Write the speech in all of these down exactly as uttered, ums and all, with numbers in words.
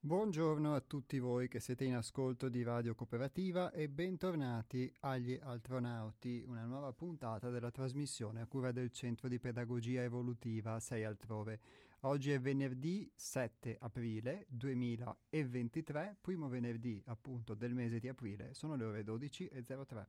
Buongiorno a tutti voi che siete in ascolto di Radio Cooperativa e bentornati agli Altronauti, una nuova puntata della trasmissione a cura del Centro di Pedagogia Evolutiva sei Altrove. Oggi è venerdì sette aprile duemilaventitré, primo venerdì appunto del mese di aprile, sono le ore dodici e zero tre.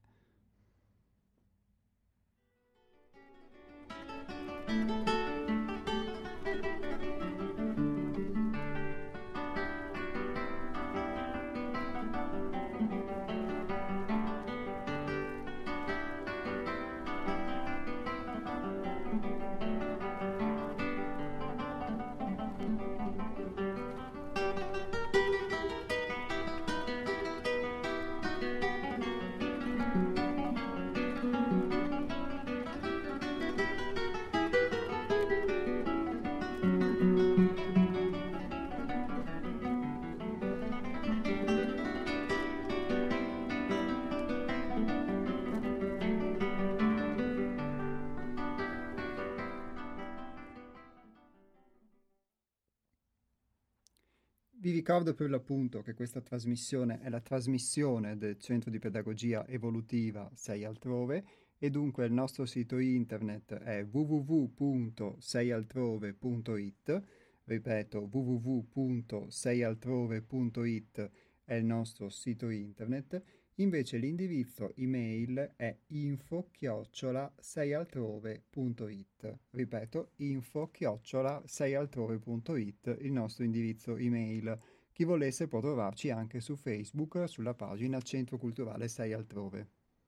Vi ricordo per l'appunto che questa trasmissione è la trasmissione del Centro di Pedagogia Evolutiva sei Altrove e dunque il nostro sito internet è w w w punto sei altrove punto i t, ripeto w w w punto sei altrove punto i t è il nostro sito internet, invece l'indirizzo email è info chiocciola sei altrove punto i t, ripeto info chiocciola sei altrove punto i t, il nostro indirizzo email. Chi volesse può trovarci anche su Facebook sulla pagina Centro Culturale sei Altrove.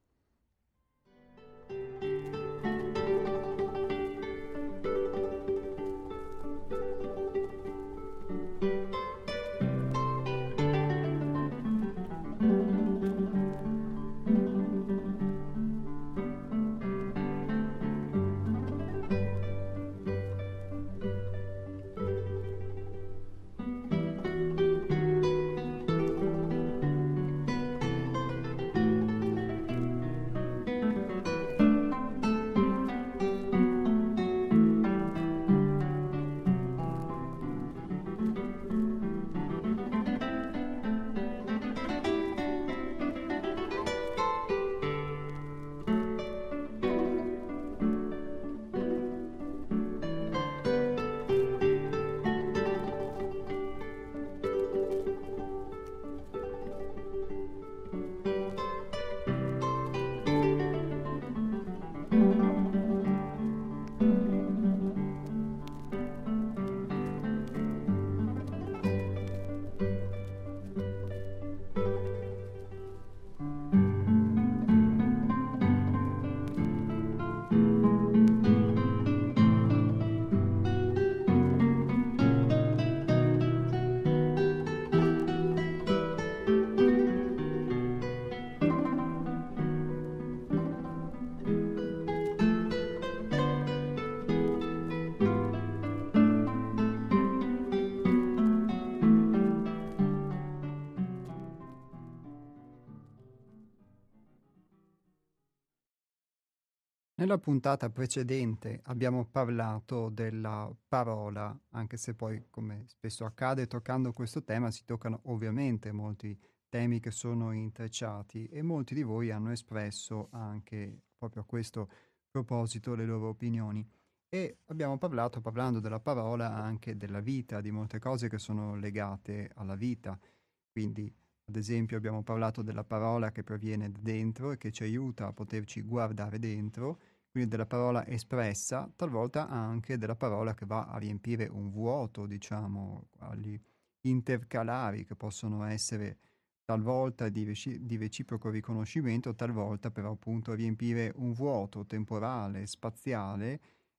Nella puntata precedente abbiamo parlato della parola, anche se poi, come spesso accade, toccando questo tema si toccano ovviamente molti temi che sono intrecciati e molti di voi hanno espresso anche proprio a questo proposito le loro opinioni. E abbiamo parlato, parlando della parola, anche della vita, di molte cose che sono legate alla vita. Quindi, ad esempio, abbiamo parlato della parola che proviene da dentro e che ci aiuta a poterci guardare dentro, quindi della parola espressa, talvolta anche della parola che va a riempire un vuoto, diciamo, agli intercalari che possono essere talvolta di, reci- di reciproco riconoscimento, talvolta però appunto a riempire un vuoto temporale, spaziale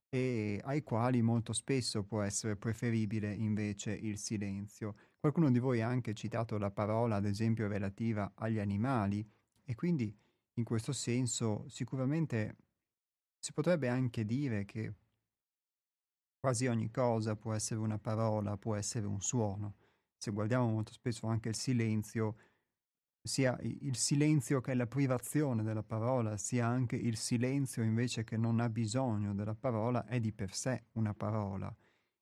e ai quali molto spesso può essere preferibile invece il silenzio. Qualcuno di voi ha anche citato la parola, ad esempio, relativa agli animali e quindi in questo senso sicuramente si potrebbe anche dire che quasi ogni cosa può essere una parola, può essere un suono. Se guardiamo molto spesso anche il silenzio, sia i- il silenzio che è la privazione della parola, sia anche il silenzio invece che non ha bisogno della parola, è di per sé una parola.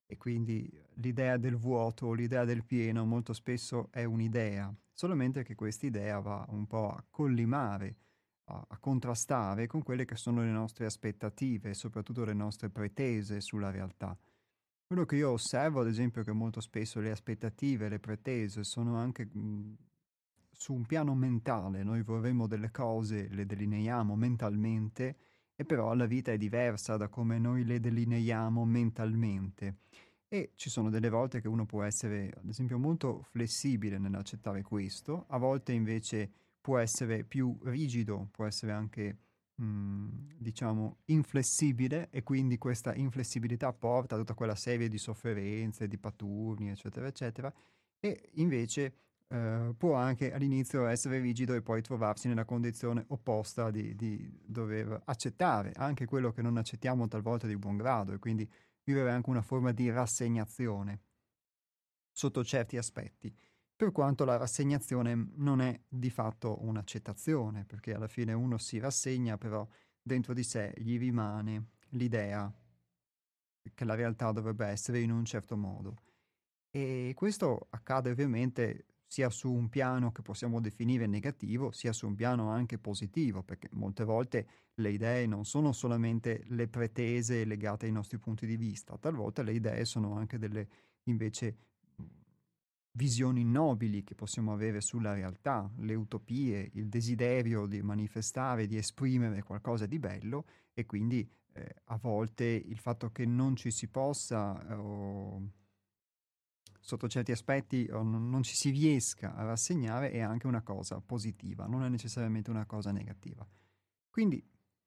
e quindi l'idea del vuoto o l'idea del pieno molto spesso è un'idea, solamente che quest'idea va un po' a collimare, a, a contrastare con quelle che sono le nostre aspettative e soprattutto le nostre pretese sulla realtà. Quello che io osservo, ad esempio, è che molto spesso le aspettative, le pretese sono anche mh, su un piano mentale. Noi vorremmo delle cose, le delineiamo mentalmente, e però la vita è diversa da come noi le delineiamo mentalmente. E ci sono delle volte che uno può essere, ad esempio, molto flessibile nell'accettare questo, a volte invece può essere più rigido, può essere anche, mhmm, diciamo, inflessibile, e quindi questa inflessibilità porta a tutta quella serie di sofferenze, di paturni, eccetera, eccetera. E invece, ehm, può anche all'inizio essere rigido e poi trovarsi nella condizione opposta di di dover accettare anche quello che non accettiamo talvolta di buon grado, e quindi vivere anche una forma di rassegnazione sotto certi aspetti, per quanto la rassegnazione mh, non è di fatto un'accettazione, perché alla fine uno si rassegna, però dentro di sé gli rimane l'idea che la realtà dovrebbe essere in un certo modo. E questo accade ovviamente sia su un piano che possiamo definire negativo, sia su un piano anche positivo, perché molte volte le idee non sono solamente le pretese legate ai nostri punti di vista, talvolta le idee sono anche delle invece mh, visioni nobili che possiamo avere sulla realtà, le utopie, il desiderio di manifestare, di esprimere qualcosa di bello, e quindi eh, a volte il fatto che non ci si possa eh, o sotto certi aspetti o non non ci si riesca a rassegnare è anche una cosa positiva, non è necessariamente una cosa negativa. Quindi,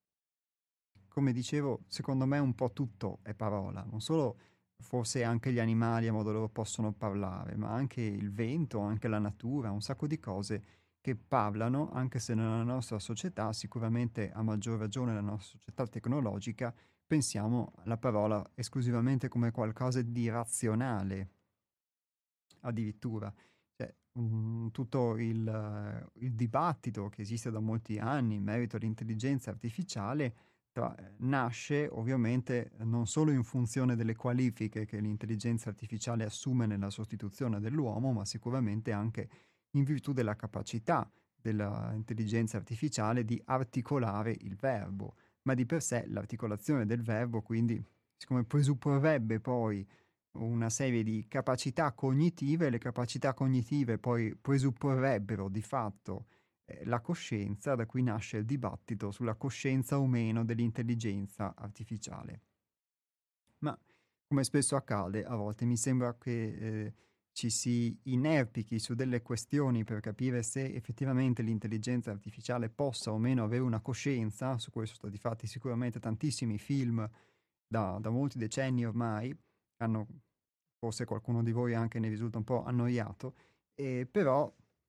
come dicevo, secondo me un po' tutto è parola, non solo forse anche gli animali a modo loro possono parlare, ma anche il vento, anche la natura, un sacco di cose che parlano, anche se nella nostra società, sicuramente a maggior ragione nella nostra società tecnologica, pensiamo alla parola esclusivamente come qualcosa di razionale. Addirittura. Cioè, mhmm, tutto il eh, il dibattito che esiste da molti anni in merito all'intelligenza artificiale tra ehm, nasce ovviamente non solo in funzione delle qualifiche che l'intelligenza artificiale assume nella sostituzione dell'uomo, ma sicuramente anche in virtù della capacità della intelligenza artificiale di articolare il verbo. Ma di per sé l'articolazione del verbo, quindi, siccome presupporrebbe poi una serie di capacità cognitive, le capacità cognitive poi presupporrebbero di fatto eh, la coscienza, da cui nasce il dibattito sulla coscienza o meno dell'intelligenza artificiale. Ma come spesso accade, a volte mi sembra che eh, ci si inerpichi su delle questioni per capire se effettivamente l'intelligenza artificiale possa o meno avere una coscienza. Su questo sono stati fatti sicuramente tantissimi film da, da molti decenni ormai, hanno, forse qualcuno di voi anche ne risulta un po' annoiato, e però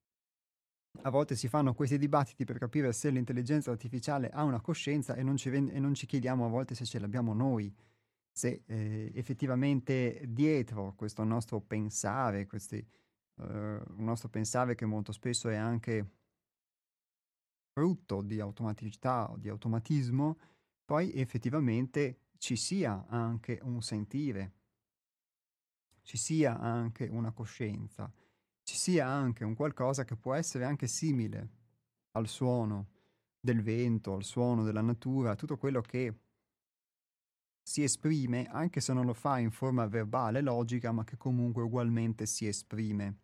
a volte si fanno questi dibattiti per capire se l'intelligenza artificiale ha una coscienza, e non ci, ren- e non ci chiediamo a volte se ce l'abbiamo noi, se eh, effettivamente dietro questo nostro pensare, questi, eh, un nostro pensare che molto spesso è anche frutto di automaticità o di automatismo, poi effettivamente ci sia anche un sentire, ci sia anche una coscienza, ci sia anche un qualcosa che può essere anche simile al suono del vento, al suono della natura, a tutto quello che si esprime, anche se non lo fa in forma verbale, logica, ma che comunque ugualmente si esprime.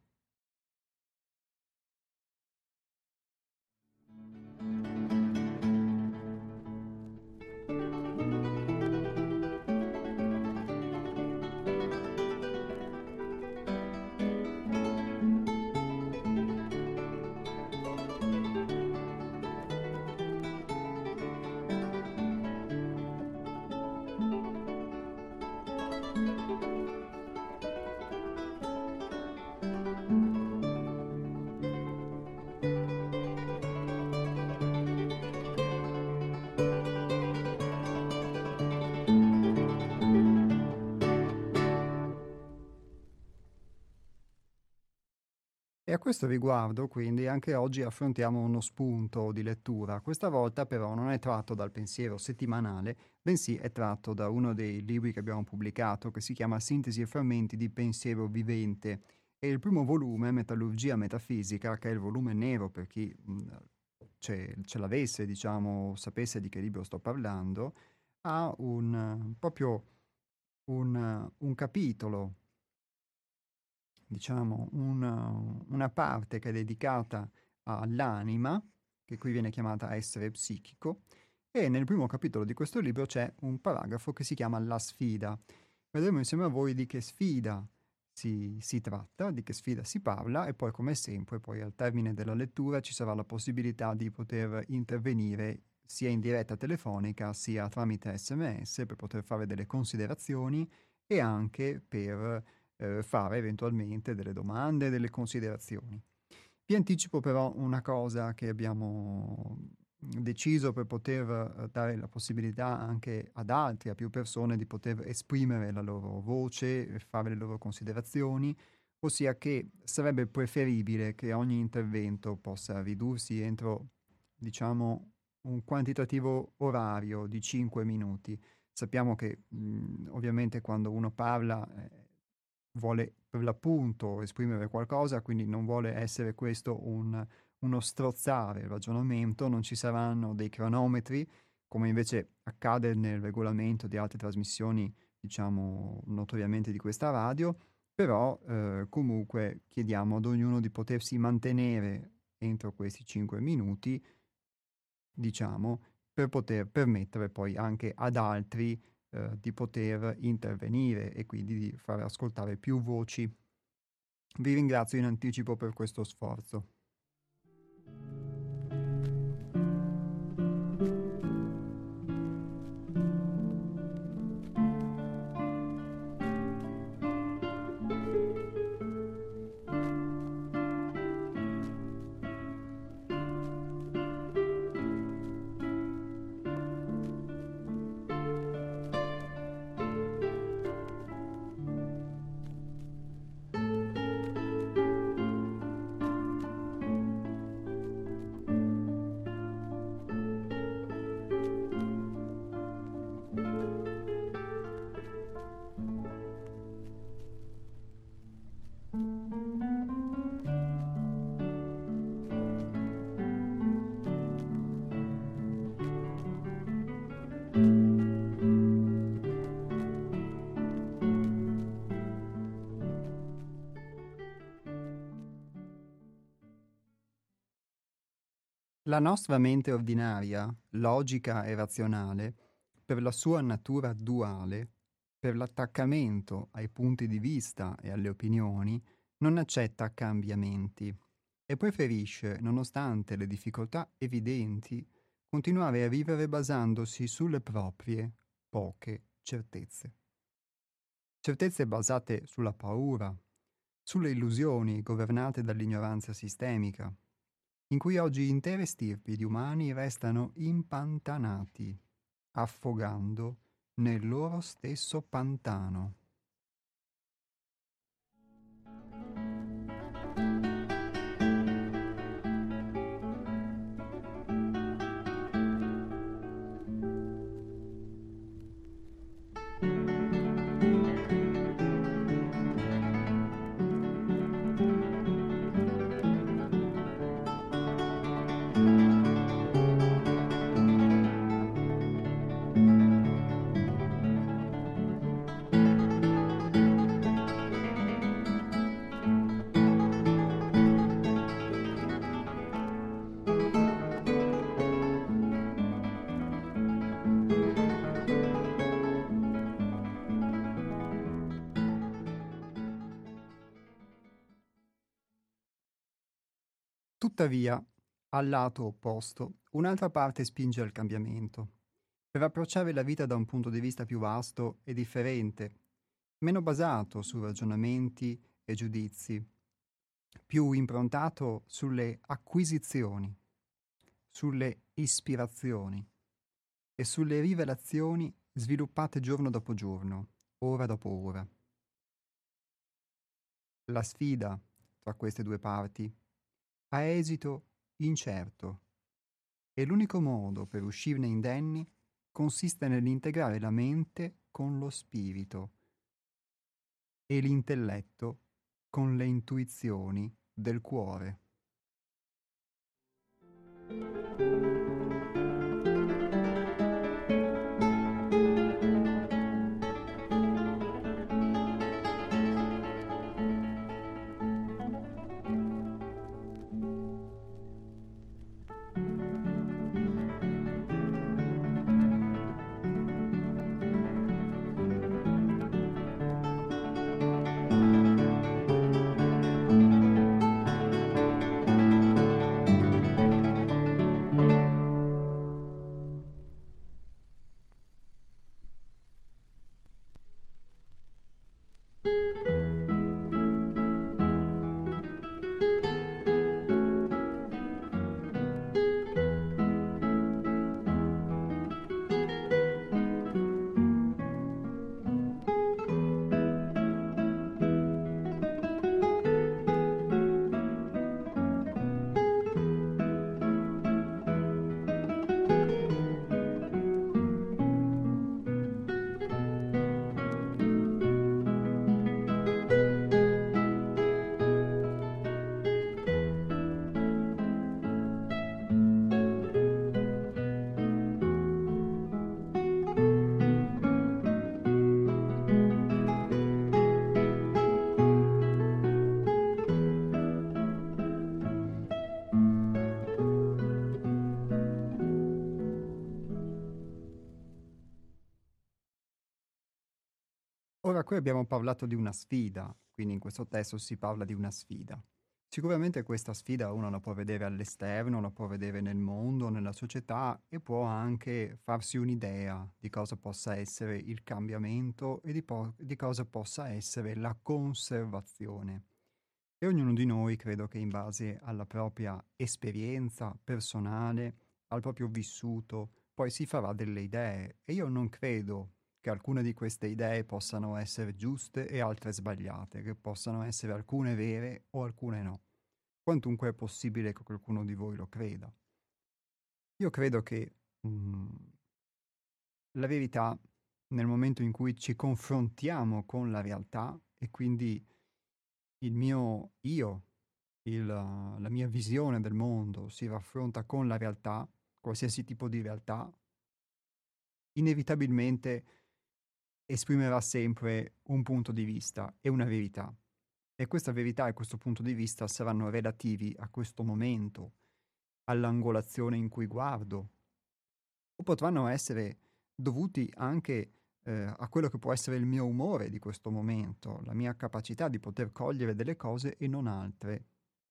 E a questo riguardo, quindi, anche oggi affrontiamo uno spunto di lettura. Questa volta però non è tratto dal pensiero settimanale, bensì è tratto da uno dei libri che abbiamo pubblicato, che si chiama Sintesi e frammenti di pensiero vivente. E il primo volume, Metallurgia metafisica, che è il volume nero per chi mh, ce, ce l'avesse, diciamo, sapesse di che libro sto parlando, ha un, eh, proprio un, eh, un capitolo, diciamo, una, una parte che è dedicata all'anima, che qui viene chiamata essere psichico, e nel primo capitolo di questo libro c'è un paragrafo che si chiama La sfida. Vedremo insieme a voi di che sfida si, si tratta, di che sfida si parla e poi come sempre, poi al termine della lettura ci sarà la possibilità di poter intervenire sia in diretta telefonica sia tramite sms per poter fare delle considerazioni e anche per eh, fare eventualmente delle domande, delle considerazioni. Vi anticipo però una cosa che abbiamo deciso per poter eh, dare la possibilità anche ad altri, a più persone, di poter esprimere la loro voce e fare le loro considerazioni, ossia che sarebbe preferibile che ogni intervento possa ridursi entro, diciamo, un quantitativo orario di cinque minuti. Sappiamo che mh, ovviamente quando uno parla eh, vuole per l'appunto esprimere qualcosa, quindi non vuole essere questo un, uno strozzare il ragionamento, non ci saranno dei cronometri, come invece accade nel regolamento di altre trasmissioni, diciamo notoriamente di questa radio, però eh, comunque chiediamo ad ognuno di potersi mantenere entro questi cinque minuti, diciamo, per poter permettere poi anche ad altri eh, di poter intervenire e quindi di far ascoltare più voci. Vi ringrazio in anticipo per questo sforzo. La nostra mente ordinaria, logica e razionale, per la sua natura duale, per l'attaccamento ai punti di vista e alle opinioni, non accetta cambiamenti e preferisce, nonostante le difficoltà evidenti, continuare a vivere basandosi sulle proprie poche certezze. Certezze basate sulla paura, sulle illusioni governate dall'ignoranza sistemica, in cui oggi intere stirpi di umani restano impantanati, affogando nel loro stesso pantano. Tuttavia, al lato opposto, un'altra parte spinge al cambiamento, per approcciare la vita da un punto di vista più vasto e differente, meno basato su ragionamenti e giudizi, più improntato sulle acquisizioni, sulle ispirazioni e sulle rivelazioni sviluppate giorno dopo giorno, ora dopo ora. La sfida tra queste due parti, a esito incerto, e l'unico modo per uscirne indenni consiste nell'integrare la mente con lo spirito e l'intelletto con le intuizioni del cuore. Ora, qui abbiamo parlato di una sfida, quindi in questo testo si parla di una sfida. Sicuramente questa sfida uno la può vedere all'esterno, la può vedere nel mondo, nella società, e può anche farsi un'idea di cosa possa essere il cambiamento e di, po- di cosa possa essere la conservazione. E ognuno di noi credo che in base alla propria esperienza personale, al proprio vissuto, poi si farà delle idee, e io non credo che alcune di queste idee possano essere giuste e altre sbagliate, che possano essere alcune vere o alcune no, quantunque è possibile che qualcuno di voi lo creda. Io credo che mm, la verità, nel momento in cui ci confrontiamo con la realtà, e quindi il mio io, il- la mia visione del mondo si raffronta con la realtà, qualsiasi tipo di realtà, inevitabilmente esprimerà sempre un punto di vista e una verità. E questa verità e questo punto di vista saranno relativi a questo momento, all'angolazione in cui guardo, o potranno essere dovuti anche eh, a quello che può essere il mio umore di questo momento, la mia capacità di poter cogliere delle cose e non altre,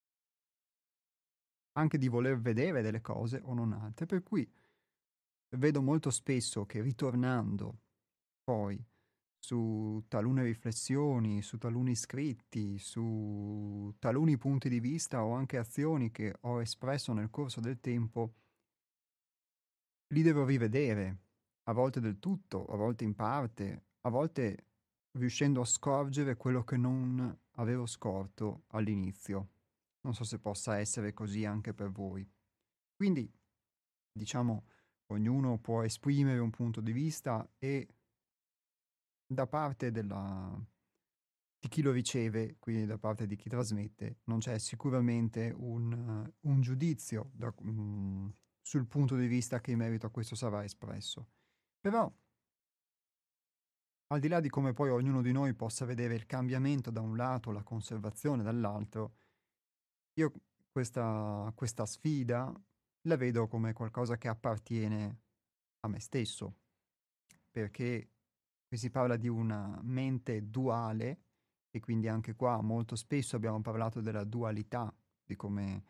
anche di voler vedere delle cose o non altre. Per cui vedo molto spesso che, ritornando poi su talune riflessioni, su taluni scritti, su taluni punti di vista o anche azioni che ho espresso nel corso del tempo, li devo rivedere, a volte del tutto, a volte in parte, a volte riuscendo a scorgere quello che non avevo scorto all'inizio. Non so se possa essere così anche per voi. Quindi, diciamo, ognuno può esprimere un punto di vista, e da parte della di chi lo riceve, quindi da parte di chi trasmette, non c'è sicuramente un, eh, un giudizio da- mm, sul punto di vista che in merito a questo sarà espresso. Però, al di là di come poi ognuno di noi possa vedere il cambiamento da un lato, la conservazione dall'altro, io questa, questa sfida la vedo come qualcosa che appartiene a me stesso, perché qui si parla di una mente duale, e quindi anche qua molto spesso abbiamo parlato della dualità, di come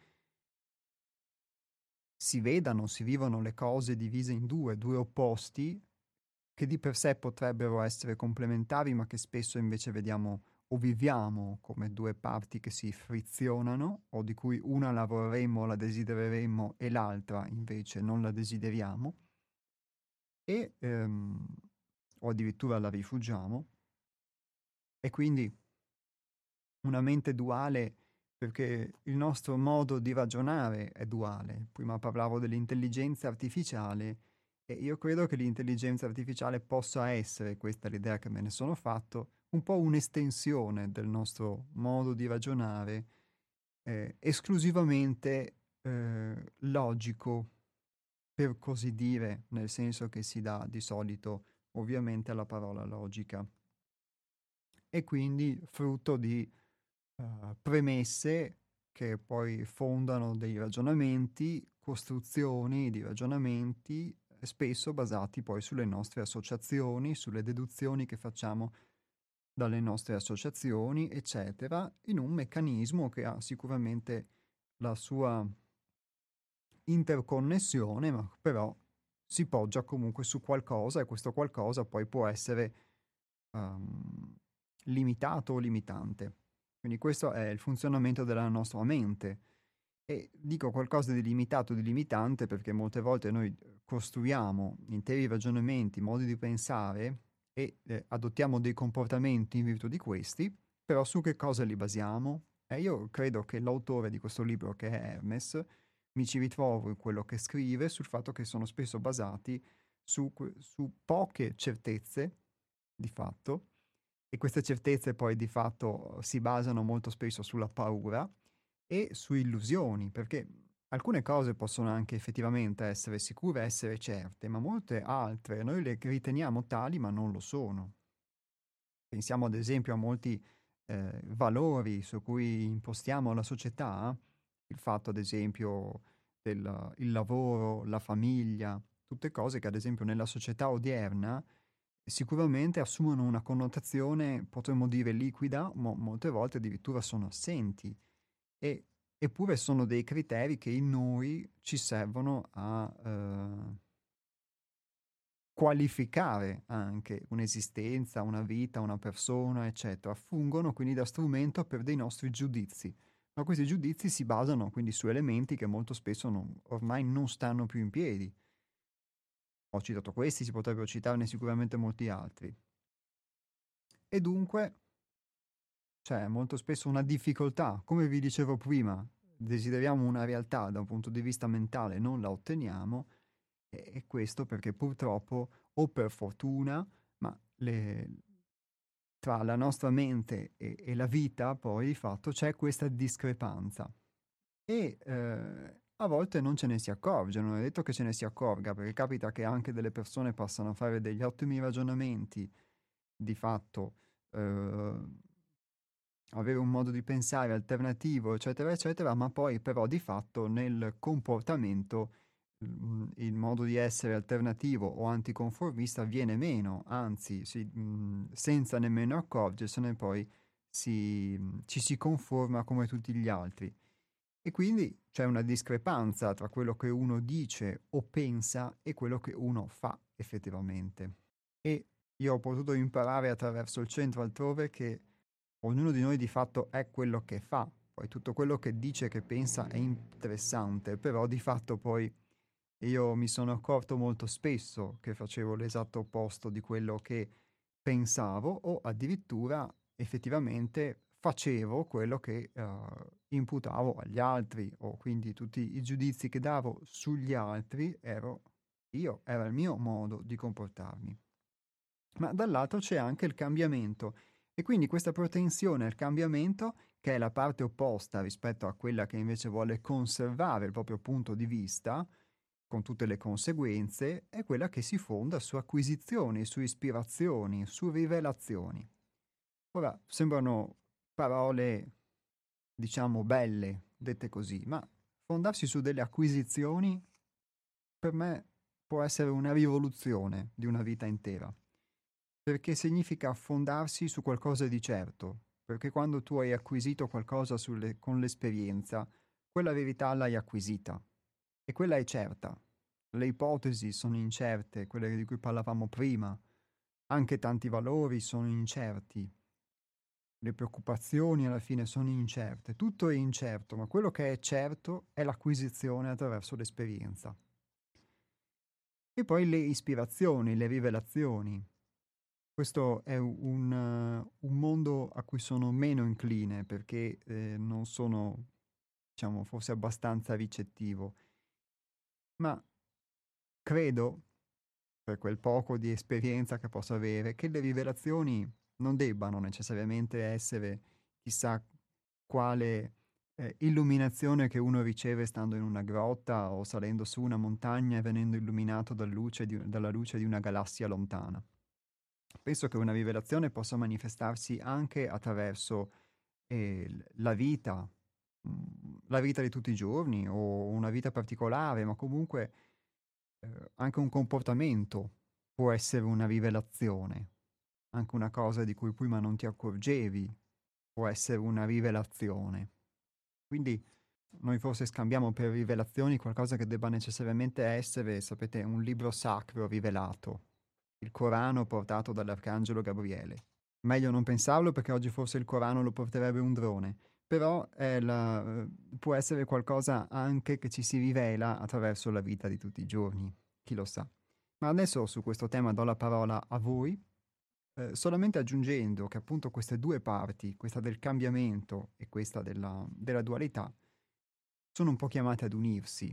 si vedano, si vivono le cose divise in due, due opposti, che di per sé potrebbero essere complementari, ma che spesso invece vediamo o viviamo come due parti che si frizionano, o di cui una la vorremmo, la desidereremmo, e l'altra invece non la desideriamo, e, ehm, o addirittura la rifugiamo. E quindi una mente duale perché il nostro modo di ragionare è duale. Prima parlavo dell'intelligenza artificiale e io credo che l'intelligenza artificiale possa essere, questa è l'idea che me ne sono fatto, un po' un'estensione del nostro modo di ragionare, eh, esclusivamente eh, logico, per così dire, nel senso che si dà di solito ovviamente alla parola logica, e quindi frutto di eh, premesse che poi fondano dei ragionamenti, costruzioni di ragionamenti, eh, spesso basati poi sulle nostre associazioni, sulle deduzioni che facciamo dalle nostre associazioni, eccetera, in un meccanismo che ha sicuramente la sua interconnessione, ma però si poggia comunque su qualcosa e questo qualcosa poi può essere ehm, limitato o limitante. Quindi questo è il funzionamento della nostra mente. E dico qualcosa di limitato, di limitante, perché molte volte noi costruiamo interi ragionamenti, modi di pensare e eh, adottiamo dei comportamenti in virtù di questi, però su che cosa li basiamo? E io credo che l'autore di questo libro, che è Hermes, mi ci ritrovo in quello che scrive sul fatto che sono spesso basati su, que- su poche certezze, di fatto, e queste certezze poi di fatto si basano molto spesso sulla paura e su illusioni, perché alcune cose possono anche effettivamente essere sicure, essere certe, ma molte altre noi le riteniamo tali ma non lo sono. Pensiamo ad esempio a molti eh, valori su cui impostiamo la società, il fatto ad esempio del il lavoro, la famiglia, tutte cose che ad esempio nella società odierna sicuramente assumono una connotazione, potremmo dire, liquida, ma molte volte addirittura sono assenti. E, eppure sono dei criteri che in noi ci servono a eh, qualificare anche un'esistenza, una vita, una persona, eccetera. Fungono quindi da strumento per dei nostri giudizi. Ma questi giudizi si basano quindi su elementi che molto spesso non- ormai non stanno più in piedi. Ho citato questi, si potrebbero citarne sicuramente molti altri. E dunque c'è molto spesso una difficoltà. Come vi dicevo prima, desideriamo una realtà da un punto di vista mentale, non la otteniamo, e, e questo perché purtroppo, o per fortuna, ma le, tra la nostra mente e, e la vita, poi di fatto c'è questa discrepanza. E eh, a volte non ce ne si accorge, non è detto che ce ne si accorga, perché capita che anche delle persone possano fare degli ottimi ragionamenti, di fatto eh, avere un modo di pensare alternativo, eccetera, eccetera, ma poi però di fatto nel comportamento mm, il modo di essere alternativo o anticonformista viene meno, anzi, si- mm, senza nemmeno accorgersene poi si- mm, ci si conforma come tutti gli altri. E quindi c'è una discrepanza tra quello che uno dice o pensa e quello che uno fa effettivamente. E io ho potuto imparare attraverso il centro altrove che ognuno di noi di fatto è quello che fa, poi tutto quello che dice, che pensa è interessante, però di fatto poi io mi sono accorto molto spesso che facevo l'esatto opposto di quello che pensavo o addirittura effettivamente facevo quello che eh, imputavo agli altri o quindi tutti i giudizi che davo sugli altri ero io, era il mio modo di comportarmi. Ma dall'altro c'è anche il cambiamento e quindi questa propensione al cambiamento, che è la parte opposta rispetto a quella che invece vuole conservare il proprio punto di vista, con tutte le conseguenze, è quella che si fonda su acquisizioni, su ispirazioni, su rivelazioni. Ora, sembrano parole, diciamo, belle, dette così, ma fondarsi su delle acquisizioni per me può essere una rivoluzione di una vita intera, perché significa fondarsi su qualcosa di certo, perché quando tu hai acquisito qualcosa sulle- con l'esperienza, quella verità l'hai acquisita e quella è certa. Le ipotesi sono incerte, quelle di cui parlavamo prima, anche tanti valori sono incerti, le preoccupazioni alla fine sono incerte, tutto è incerto, ma quello che è certo è l'acquisizione attraverso l'esperienza. E poi le ispirazioni, le rivelazioni. Questo è u un eh, un mondo a cui sono meno incline perché, ehm, non sono, diciamo, forse abbastanza ricettivo, ma credo, per quel poco di esperienza che posso avere, che le rivelazioni non debbano necessariamente essere chissà quale, ehm, illuminazione che uno riceve stando in una grotta o salendo su una montagna e venendo illuminato dal luce di dalla luce di una galassia lontana. Penso che una rivelazione possa manifestarsi anche attraverso, ehm, l la vita, mhmm, la vita di tutti i giorni o una vita particolare, ma comunque, ehm, anche un comportamento può essere una rivelazione. Anche una cosa di cui prima non ti accorgevi può essere una rivelazione. Quindi noi forse scambiamo per rivelazioni qualcosa che debba necessariamente essere, sapete, un libro sacro rivelato, il Corano portato dall'arcangelo Gabriele. Meglio non pensarlo perché oggi forse il Corano lo porterebbe un drone, però è la uhm, può essere qualcosa anche che ci si rivela attraverso la vita di tutti i giorni, chi lo sa. Ma adesso su questo tema do la parola a voi, ehm, solamente aggiungendo che appunto queste due parti, questa del cambiamento e questa della della dualità, sono un po' chiamate ad unirsi.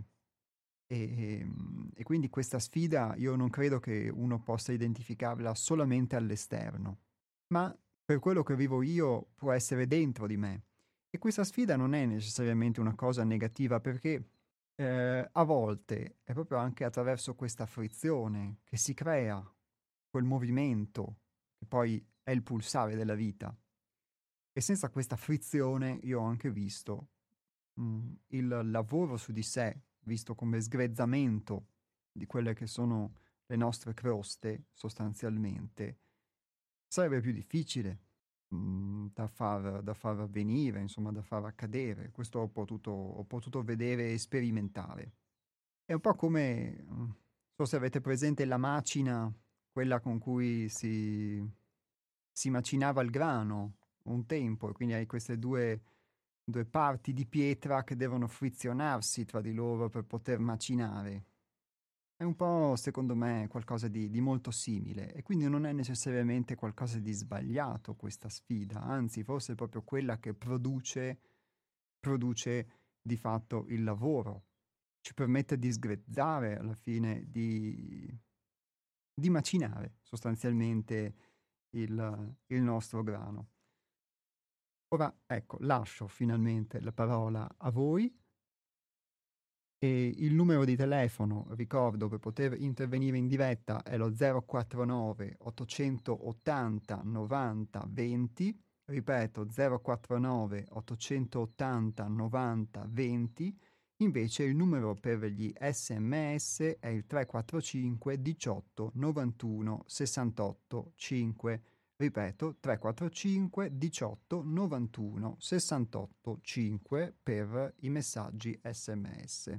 E, ehm, e quindi questa sfida io non credo che uno possa identificarla solamente all'esterno, ma per quello che vivo io può essere dentro di me. E questa sfida non è necessariamente una cosa negativa perché eh, a volte è proprio anche attraverso questa frizione che si crea quel movimento che poi è il pulsare della vita. E senza questa frizione io ho anche visto mh, il lavoro su di sé, visto come sgrezzamento di quelle che sono le nostre croste sostanzialmente, sarebbe più difficile, mhmm, da far da far avvenire, insomma da far accadere. Questo ho potuto ho potuto vedere e sperimentare. È un po' come, mhmm, non so se avete presente la macina, quella con cui si si macinava il grano un tempo, e quindi hai queste due due parti di pietra che devono frizionarsi tra di loro per poter macinare. È un po', secondo me, qualcosa di di molto simile e quindi non è necessariamente qualcosa di sbagliato questa sfida, anzi forse è proprio quella che produce produce di fatto il lavoro. Ci permette di sgrezzare alla fine, di di macinare sostanzialmente il il nostro grano. Ora, ecco, lascio finalmente la parola a voi. E il numero di telefono, ricordo, per poter intervenire in diretta è lo zero quattro nove ottocentottanta novanta venti, ripeto zero quattro nove ottocentottanta novanta venti, invece il numero per gli sms è il tre quattro cinque diciotto novantuno sessantotto cinque, ripeto tre quattro cinque diciotto novantuno sessantotto cinque per i messaggi sms.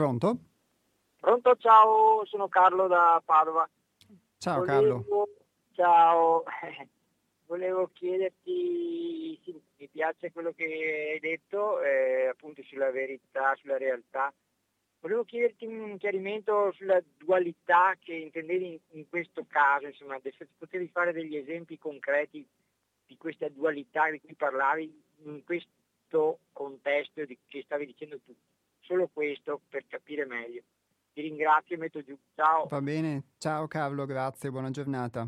Pronto? Pronto, ciao, sono Carlo da Padova. Ciao Carlo. Volevo, ciao, volevo chiederti, sì, mi piace quello che hai detto, eh, appunto sulla verità, sulla realtà. Volevo chiederti un chiarimento sulla dualità che intendevi in, in questo caso, insomma, se potevi fare degli esempi concreti di questa dualità di cui parlavi in questo contesto di, che stavi dicendo tu. Solo questo per capire meglio. Ti ringrazio e metto giù. Ciao. Va bene? Ciao Carlo, grazie, buona giornata.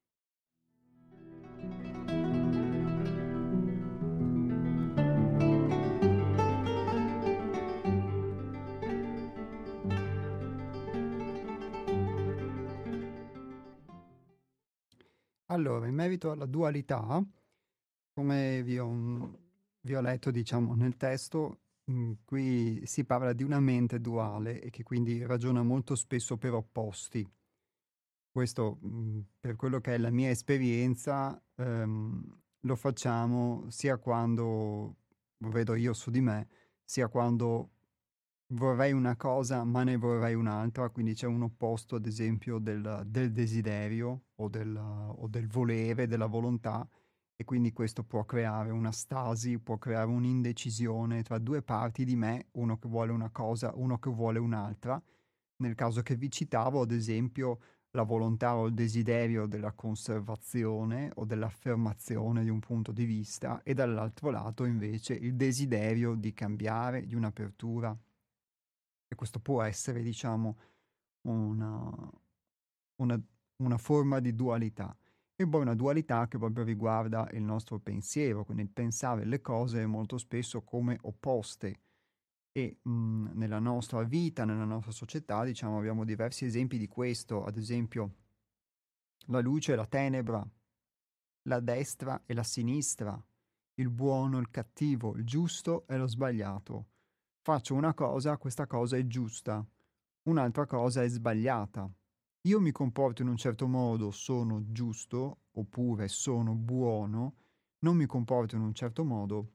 Allora, in merito alla dualità, come vi ho, vi ho letto, diciamo, nel testo, mh, qui si parla di una mente duale e che quindi ragiona molto spesso per opposti. Questo, mh, per quello che è la mia esperienza, ehm, lo facciamo sia quando lo vedo io su di me, sia quando vorrei una cosa ma ne vorrei un'altra, quindi c'è un opposto, ad esempio, del, del desiderio o del, o del volere, della volontà, e quindi questo può creare una stasi, può creare un'indecisione tra due parti di me, uno che vuole una cosa, uno che vuole un'altra. Nel caso che vi citavo, ad esempio, la volontà o il desiderio della conservazione o dell'affermazione di un punto di vista e dall'altro lato invece il desiderio di cambiare, di un'apertura. E questo può essere, diciamo, una, una, una forma di dualità. E poi una dualità che proprio riguarda il nostro pensiero, quindi il pensare le cose molto spesso come opposte. E mh, nella nostra vita, nella nostra società, diciamo, abbiamo diversi esempi di questo, ad esempio la luce e la tenebra, la destra e la sinistra, il buono e il cattivo, il giusto e lo sbagliato. Faccio una cosa, questa cosa è giusta, un'altra cosa è sbagliata. Io mi comporto in un certo modo, sono giusto, oppure sono buono, non mi comporto in un certo modo,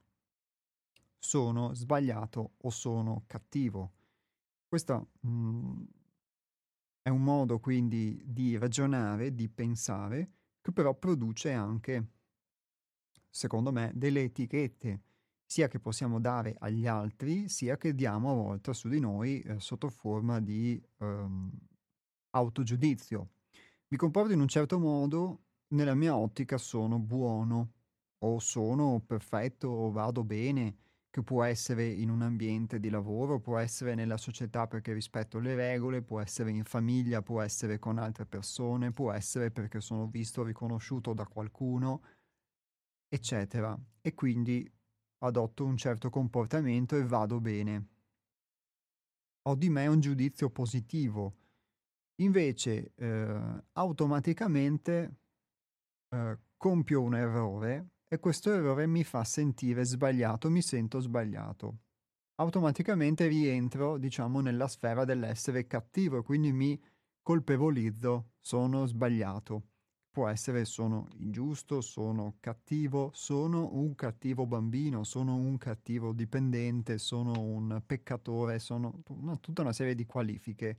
sono sbagliato o sono cattivo. Questo mm, è un modo quindi di ragionare, di pensare, che però produce anche, secondo me, delle etichette, sia che possiamo dare agli altri, sia che diamo a volte su di noi eh, sotto forma di ehm, autogiudizio. Mi comporto in un certo modo, nella mia ottica sono buono, o sono perfetto, o vado bene, che può essere in un ambiente di lavoro, può essere nella società perché rispetto le regole, può essere in famiglia, può essere con altre persone, può essere perché sono visto, riconosciuto da qualcuno, eccetera. E quindi adotto un certo comportamento e vado bene. Ho di me un giudizio positivo. Invece, eh, automaticamente eh, compio un errore e questo errore mi fa sentire sbagliato, mi sento sbagliato. Automaticamente rientro, diciamo, nella sfera dell'essere cattivo e quindi mi colpevolizzo, sono sbagliato. Può essere sono ingiusto, sono cattivo, sono un cattivo bambino, sono un cattivo dipendente, sono un peccatore, sono una- tutta una serie di qualifiche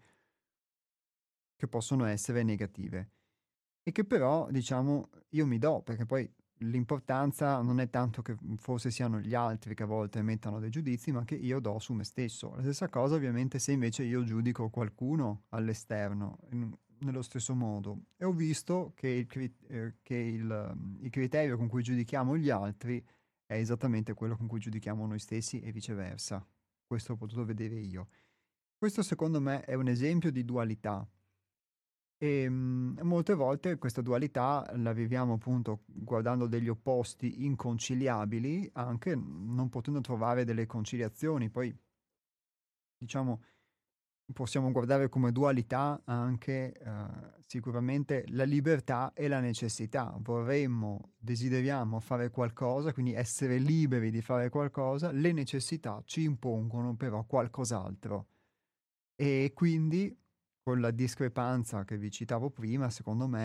che possono essere negative e che però, diciamo, io mi do, perché poi l'importanza non è tanto che forse siano gli altri che a volte mettano dei giudizi, ma che io do su me stesso. La stessa cosa ovviamente se invece io giudico qualcuno all'esterno, in- nello stesso modo. E ho visto che, il, cri- eh, che il, um, il criterio con cui giudichiamo gli altri è esattamente quello con cui giudichiamo noi stessi e viceversa. Questo ho potuto vedere io. Questo secondo me è un esempio di dualità. E mm, molte volte questa dualità la viviamo appunto guardando degli opposti inconciliabili, anche non potendo trovare delle conciliazioni. Poi, diciamo, possiamo guardare come dualità anche eh, sicuramente la libertà e la necessità. Vorremmo, desideriamo fare qualcosa, quindi essere liberi di fare qualcosa, le necessità ci impongono però qualcos'altro. E quindi, con la discrepanza che vi citavo prima, secondo me,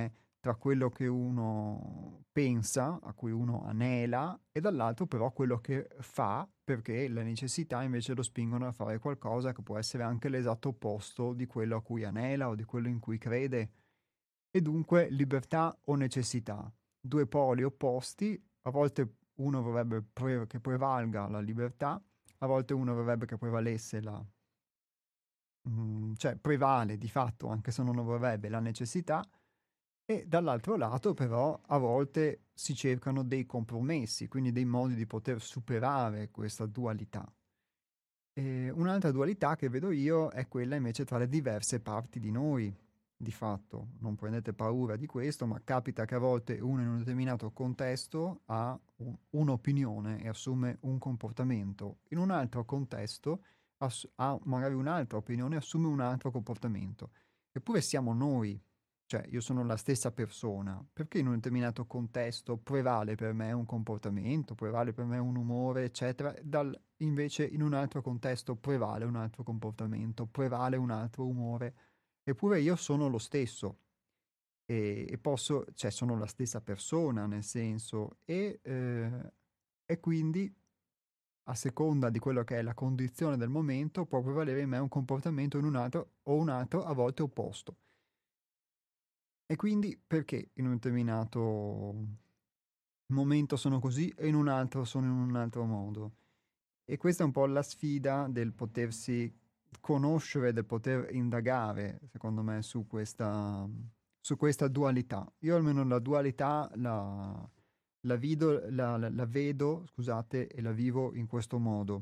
tra quello che uno pensa, a cui uno anela, e dall'altro però quello che fa, perché le necessità invece lo spingono a fare qualcosa che può essere anche l'esatto opposto di quello a cui anela o di quello in cui crede. E dunque libertà o necessità, due poli opposti, a volte uno vorrebbe pre- che prevalga la libertà, a volte uno vorrebbe che prevalesse la, mm, cioè prevale di fatto, anche se non lo vorrebbe, la necessità, e dall'altro lato però a volte si cercano dei compromessi, quindi dei modi di poter superare questa dualità. E un'altra dualità che vedo io è quella invece tra le diverse parti di noi, di fatto. Non prendete paura di questo, ma capita che a volte uno in un determinato contesto ha un- un'opinione e assume un comportamento, in un altro contesto ass- ha magari un'altra opinione e assume un altro comportamento. Eppure siamo noi, cioè io sono la stessa persona, perché in un determinato contesto prevale per me un comportamento, prevale per me un umore, eccetera, dal- invece in un altro contesto prevale un altro comportamento, prevale un altro umore, eppure io sono lo stesso e, e posso, cioè sono la stessa persona nel senso e, eh, e quindi a seconda di quello che è la condizione del momento può prevalere in me un comportamento in un altro o un altro a volte opposto. E quindi perché in un determinato momento sono così e in un altro sono in un altro modo? E questa è un po' la sfida del potersi conoscere, del poter indagare, secondo me, su questa, su questa dualità. Io almeno la dualità la, la, vido- la- la- la vedo, scusate, e la vivo in questo modo.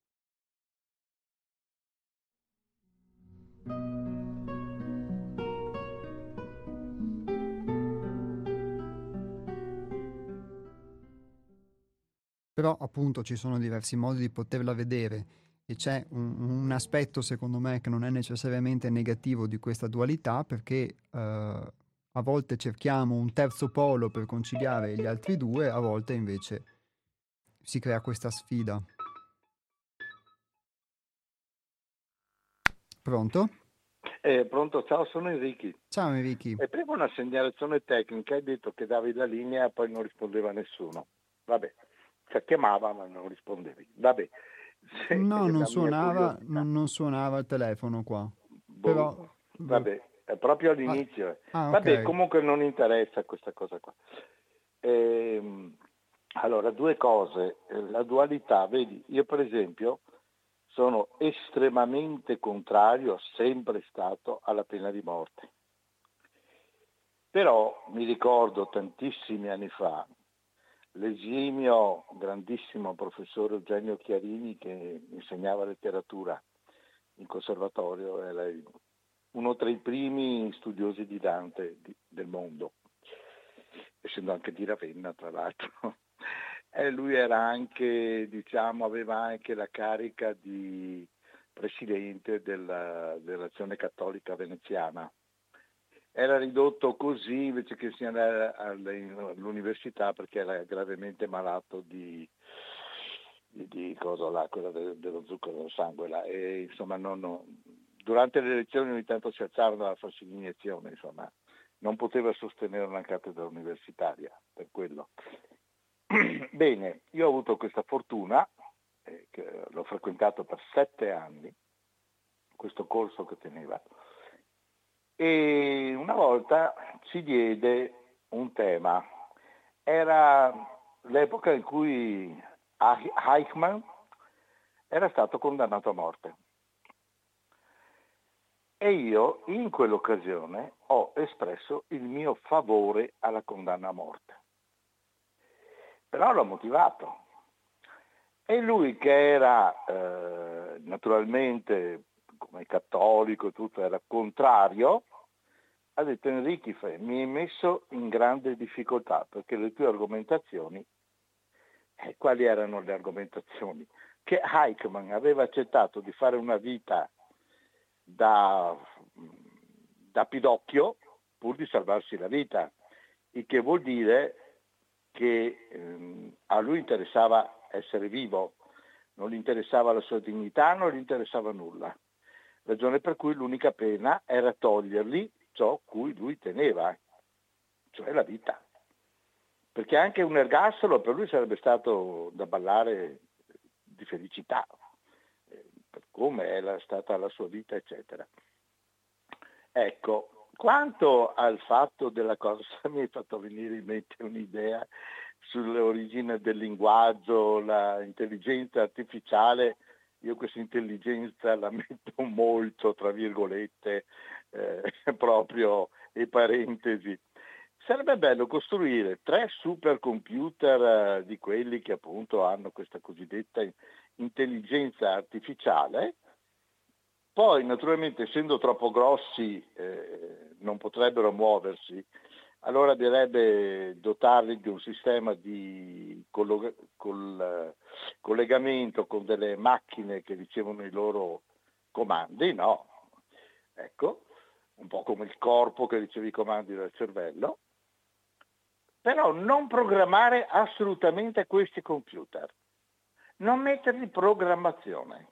Però appunto ci sono diversi modi di poterla vedere e c'è un, un aspetto secondo me che non è necessariamente negativo di questa dualità perché eh, a volte cerchiamo un terzo polo per conciliare gli altri due, a volte invece si crea questa sfida. Pronto? Eh, pronto, ciao, sono Enrichi. Ciao Enrichi. E prima una segnalazione tecnica, hai detto che davi la linea e poi non rispondeva nessuno. Vabbè, cioè chiamava ma non rispondevi. Vabbè, se, No, è non la mia suonava, curiosità. non, non suonava il telefono qua. Boh, Però... boh. vabbè, è proprio Ah, all'inizio. eh. ah, Vabbè, ok. comunque non interessa questa cosa qua. Ehm, allora, due cose. Eh, La dualità, vedi, io per esempio sono estremamente contrario, sempre stato, alla pena di morte. Però mi ricordo tantissimi anni fa l'esimio, grandissimo professore Eugenio Chiarini che insegnava letteratura in conservatorio, era uno tra i primi studiosi di Dante di, del mondo, essendo anche di Ravenna tra l'altro. E lui era anche, diciamo, aveva anche la carica di presidente della, dell'Azione Cattolica Veneziana. Era ridotto così invece che sia all'università perché era gravemente malato di, di, di cosa là, quella de, dello zucchero nel sangue là. E insomma non, non, durante le lezioni ogni tanto si alzavano a farsi l'iniezione, insomma non poteva sostenere una cattedra universitaria per quello. Bene, io ho avuto questa fortuna, eh, che l'ho frequentato per sette anni, questo corso che teneva, e una volta ci diede un tema. Era l'epoca in cui Eichmann era stato condannato a morte. E io in quell'occasione ho espresso il mio favore alla condanna a morte. Però l'ho motivato. E lui che era eh, naturalmente come cattolico tutto era contrario, ha detto Enrichi, mi hai messo in grande difficoltà perché le tue argomentazioni, eh, quali erano le argomentazioni? Che Eichmann aveva accettato di fare una vita da, da pidocchio pur di salvarsi la vita, il che vuol dire che ehm, a lui interessava essere vivo, non gli interessava la sua dignità, non gli interessava nulla. Ragione per cui l'unica pena era togliergli ciò cui lui teneva, cioè la vita. Perché anche un ergastolo per lui sarebbe stato da ballare di felicità, eh, per come è stata la sua vita, eccetera. Ecco, quanto al fatto della cosa, mi è fatto venire in mente un'idea sulle origini del linguaggio, l'intelligenza artificiale. Io questa intelligenza la metto molto tra virgolette, eh, proprio e parentesi. Sarebbe bello costruire tre supercomputer eh, di quelli che appunto hanno questa cosiddetta intelligenza artificiale. Poi naturalmente essendo troppo grossi eh, non potrebbero muoversi, allora bisognerebbe dotarli di un sistema di collo- col, collegamento con delle macchine che ricevono i loro comandi, no? Ecco, un po' come il corpo che riceve i comandi dal cervello, però non programmare assolutamente questi computer, non metterli programmazione.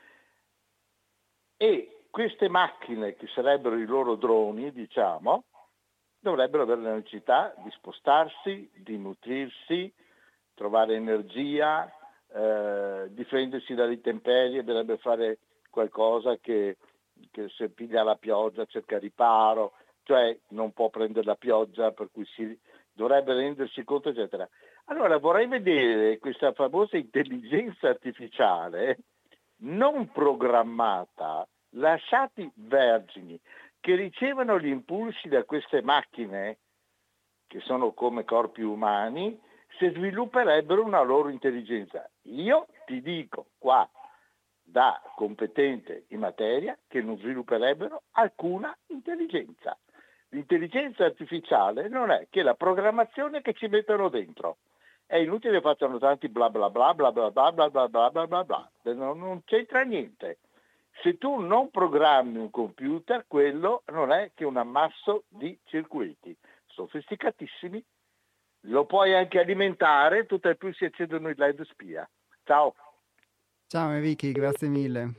E queste macchine, che sarebbero i loro droni, diciamo, dovrebbero avere la necessità di spostarsi, di nutrirsi, trovare energia, eh, difendersi dalle intemperie, dovrebbe fare qualcosa che, che se piglia la pioggia cerca riparo, cioè non può prendere la pioggia, per cui si dovrebbe rendersi conto, eccetera. Allora vorrei vedere questa famosa intelligenza artificiale non programmata, lasciati vergini, che ricevono gli impulsi da queste macchine, che sono come corpi umani, se svilupperebbero una loro intelligenza. Io ti dico qua, da competente in materia, che non svilupperebbero alcuna intelligenza. L'intelligenza artificiale non è che la programmazione che ci mettono dentro. È inutile che facciano tanti bla bla bla bla bla bla bla bla bla bla bla bla. Non, non c'entra niente. Se tu non programmi un computer, quello non è che un ammasso di circuiti sofisticatissimi. Lo puoi anche alimentare, tutt'al più si accendono i led spia. Ciao. Ciao Enrico, grazie mille.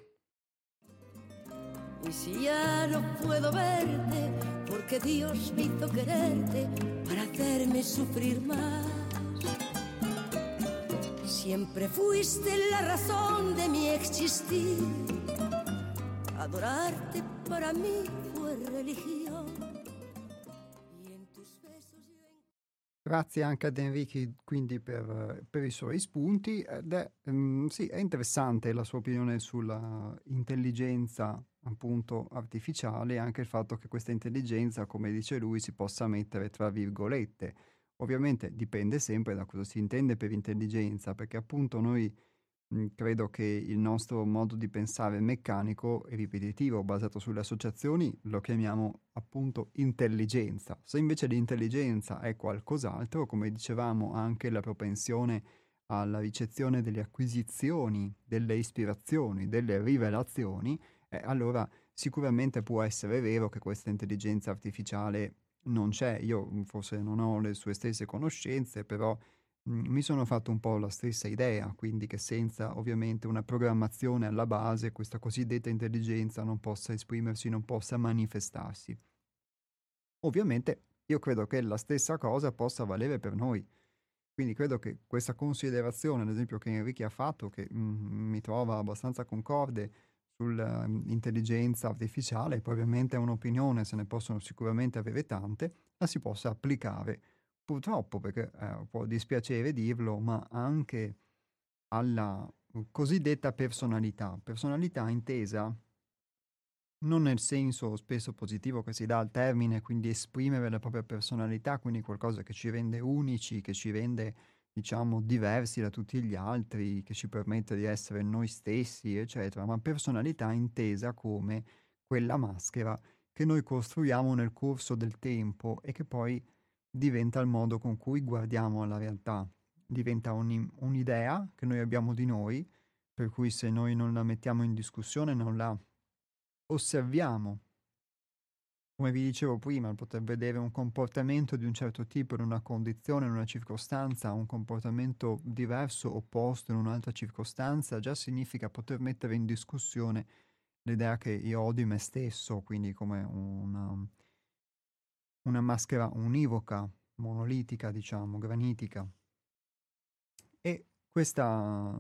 Y si ya no puedo verte, porque Dios me hizo quererte para hacerme sufrir más. Siempre fuiste la razón de mi existir. Adorarte para mí fue religión. Y en tus besos yo... Grazie anche ad Enrico quindi per, per i suoi spunti. Ed è, um, sì, è interessante la sua opinione sulla intelligenza appunto artificiale e anche il fatto che questa intelligenza, come dice lui, si possa mettere tra virgolette. Ovviamente dipende sempre da cosa si intende per intelligenza, perché appunto noi mh, credo che il nostro modo di pensare meccanico e ripetitivo, basato sulle associazioni, lo chiamiamo appunto intelligenza. Se invece l'intelligenza è qualcos'altro, come dicevamo, anche la propensione alla ricezione delle acquisizioni, delle ispirazioni, delle rivelazioni, eh, allora sicuramente può essere vero che questa intelligenza artificiale non c'è. Io mh, forse non ho le sue stesse conoscenze, però mh, mi sono fatto un po' la stessa idea, quindi che senza ovviamente una programmazione alla base, questa cosiddetta intelligenza non possa esprimersi, non possa manifestarsi. Ovviamente io credo che la stessa cosa possa valere per noi. Quindi credo che questa considerazione, ad esempio, che Enrique ha fatto, che mm, mi trova abbastanza concorde sull'intelligenza artificiale, poi ovviamente è un'opinione, se ne possono sicuramente avere tante, la si possa applicare, purtroppo, perché eh, può dispiacere dirlo, ma anche alla cosiddetta personalità. Personalità intesa non nel senso spesso positivo che si dà al termine, quindi esprimere la propria personalità, quindi qualcosa che ci rende unici, che ci rende, diciamo, diversi da tutti gli altri, che ci permette di essere noi stessi, eccetera, ma personalità intesa come quella maschera che noi costruiamo nel corso del tempo e che poi diventa il modo con cui guardiamo alla realtà. Diventa un- un'idea che noi abbiamo di noi, per cui se noi non la mettiamo in discussione, non la osserviamo, come vi dicevo prima, poter vedere un comportamento di un certo tipo in una condizione, in una circostanza, un comportamento diverso, opposto in un'altra circostanza, già significa poter mettere in discussione l'idea che io ho di me stesso, quindi come una, una maschera univoca, monolitica, diciamo, granitica. E questa,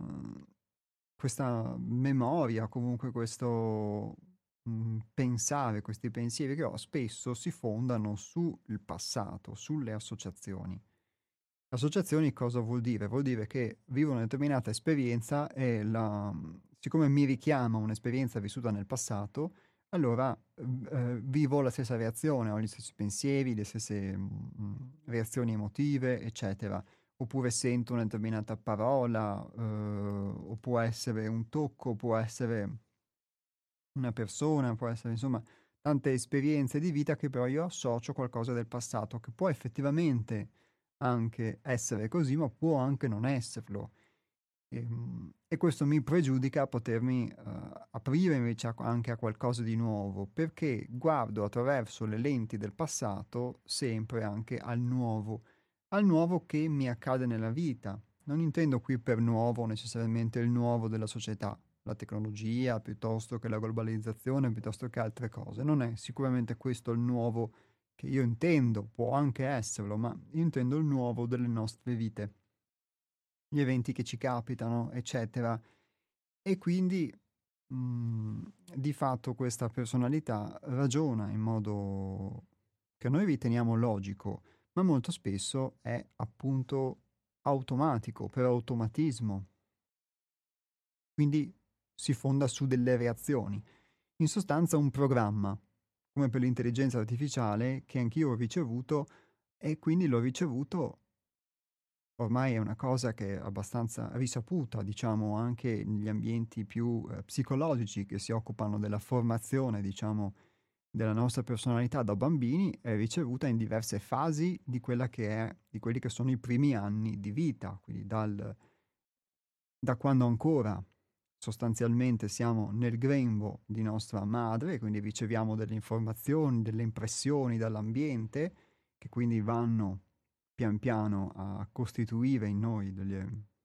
questa memoria, comunque questo mh, pensare, questi pensieri che ho, spesso si fondano sul passato, sulle associazioni. Associazioni cosa vuol dire? Vuol dire che vivo una determinata esperienza e la, siccome mi richiama un'esperienza vissuta nel passato, allora eh, vivo la stessa reazione, ho gli stessi pensieri, le stesse mh, reazioni emotive, eccetera. Oppure sento una determinata parola, eh, o può essere un tocco, può essere una persona, può essere insomma tante esperienze di vita che però io associo a qualcosa del passato, che può effettivamente anche essere così, ma può anche non esserlo. E, e questo mi pregiudica a potermi uh, aprire invece a, anche a qualcosa di nuovo, perché guardo attraverso le lenti del passato sempre anche al nuovo, al nuovo che mi accade nella vita. Non intendo qui per nuovo necessariamente il nuovo della società, la tecnologia, piuttosto che la globalizzazione, piuttosto che altre cose. Non è sicuramente questo il nuovo che io intendo, può anche esserlo, ma io intendo il nuovo delle nostre vite, gli eventi che ci capitano, eccetera. E quindi mh, di fatto questa personalità ragiona in modo che noi riteniamo logico, ma molto spesso è appunto automatico, per automatismo. Quindi si fonda su delle reazioni. In sostanza un programma, come per l'intelligenza artificiale, che anch'io ho ricevuto e quindi l'ho ricevuto, ormai è una cosa che è abbastanza risaputa, diciamo, anche negli ambienti più eh, psicologici che si occupano della formazione, diciamo, della nostra personalità da bambini, è ricevuta in diverse fasi di quella che è, di quelli che sono i primi anni di vita, quindi dal, da quando ancora sostanzialmente siamo nel grembo di nostra madre, quindi riceviamo delle informazioni, delle impressioni dall'ambiente, che quindi vanno pian piano a costituire in noi degli,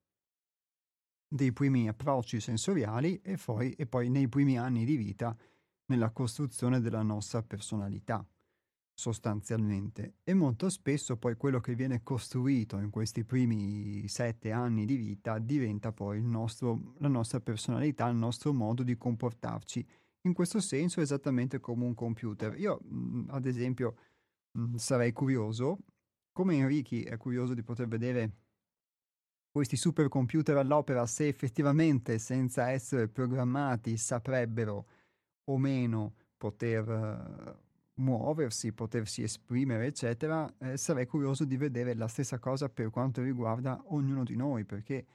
dei primi approcci sensoriali e poi, e poi nei primi anni di vita nella costruzione della nostra personalità, sostanzialmente. E molto spesso poi quello che viene costruito in questi primi sette anni di vita diventa poi il nostro, la nostra personalità, il nostro modo di comportarci. In questo senso esattamente come un computer. Io, mh, ad esempio, mh, sarei curioso, come Enrichi è curioso di poter vedere questi supercomputer all'opera, se effettivamente senza essere programmati saprebbero o meno poter uh, muoversi, potersi esprimere, eccetera, eh, sarei curioso di vedere la stessa cosa per quanto riguarda ognuno di noi, perché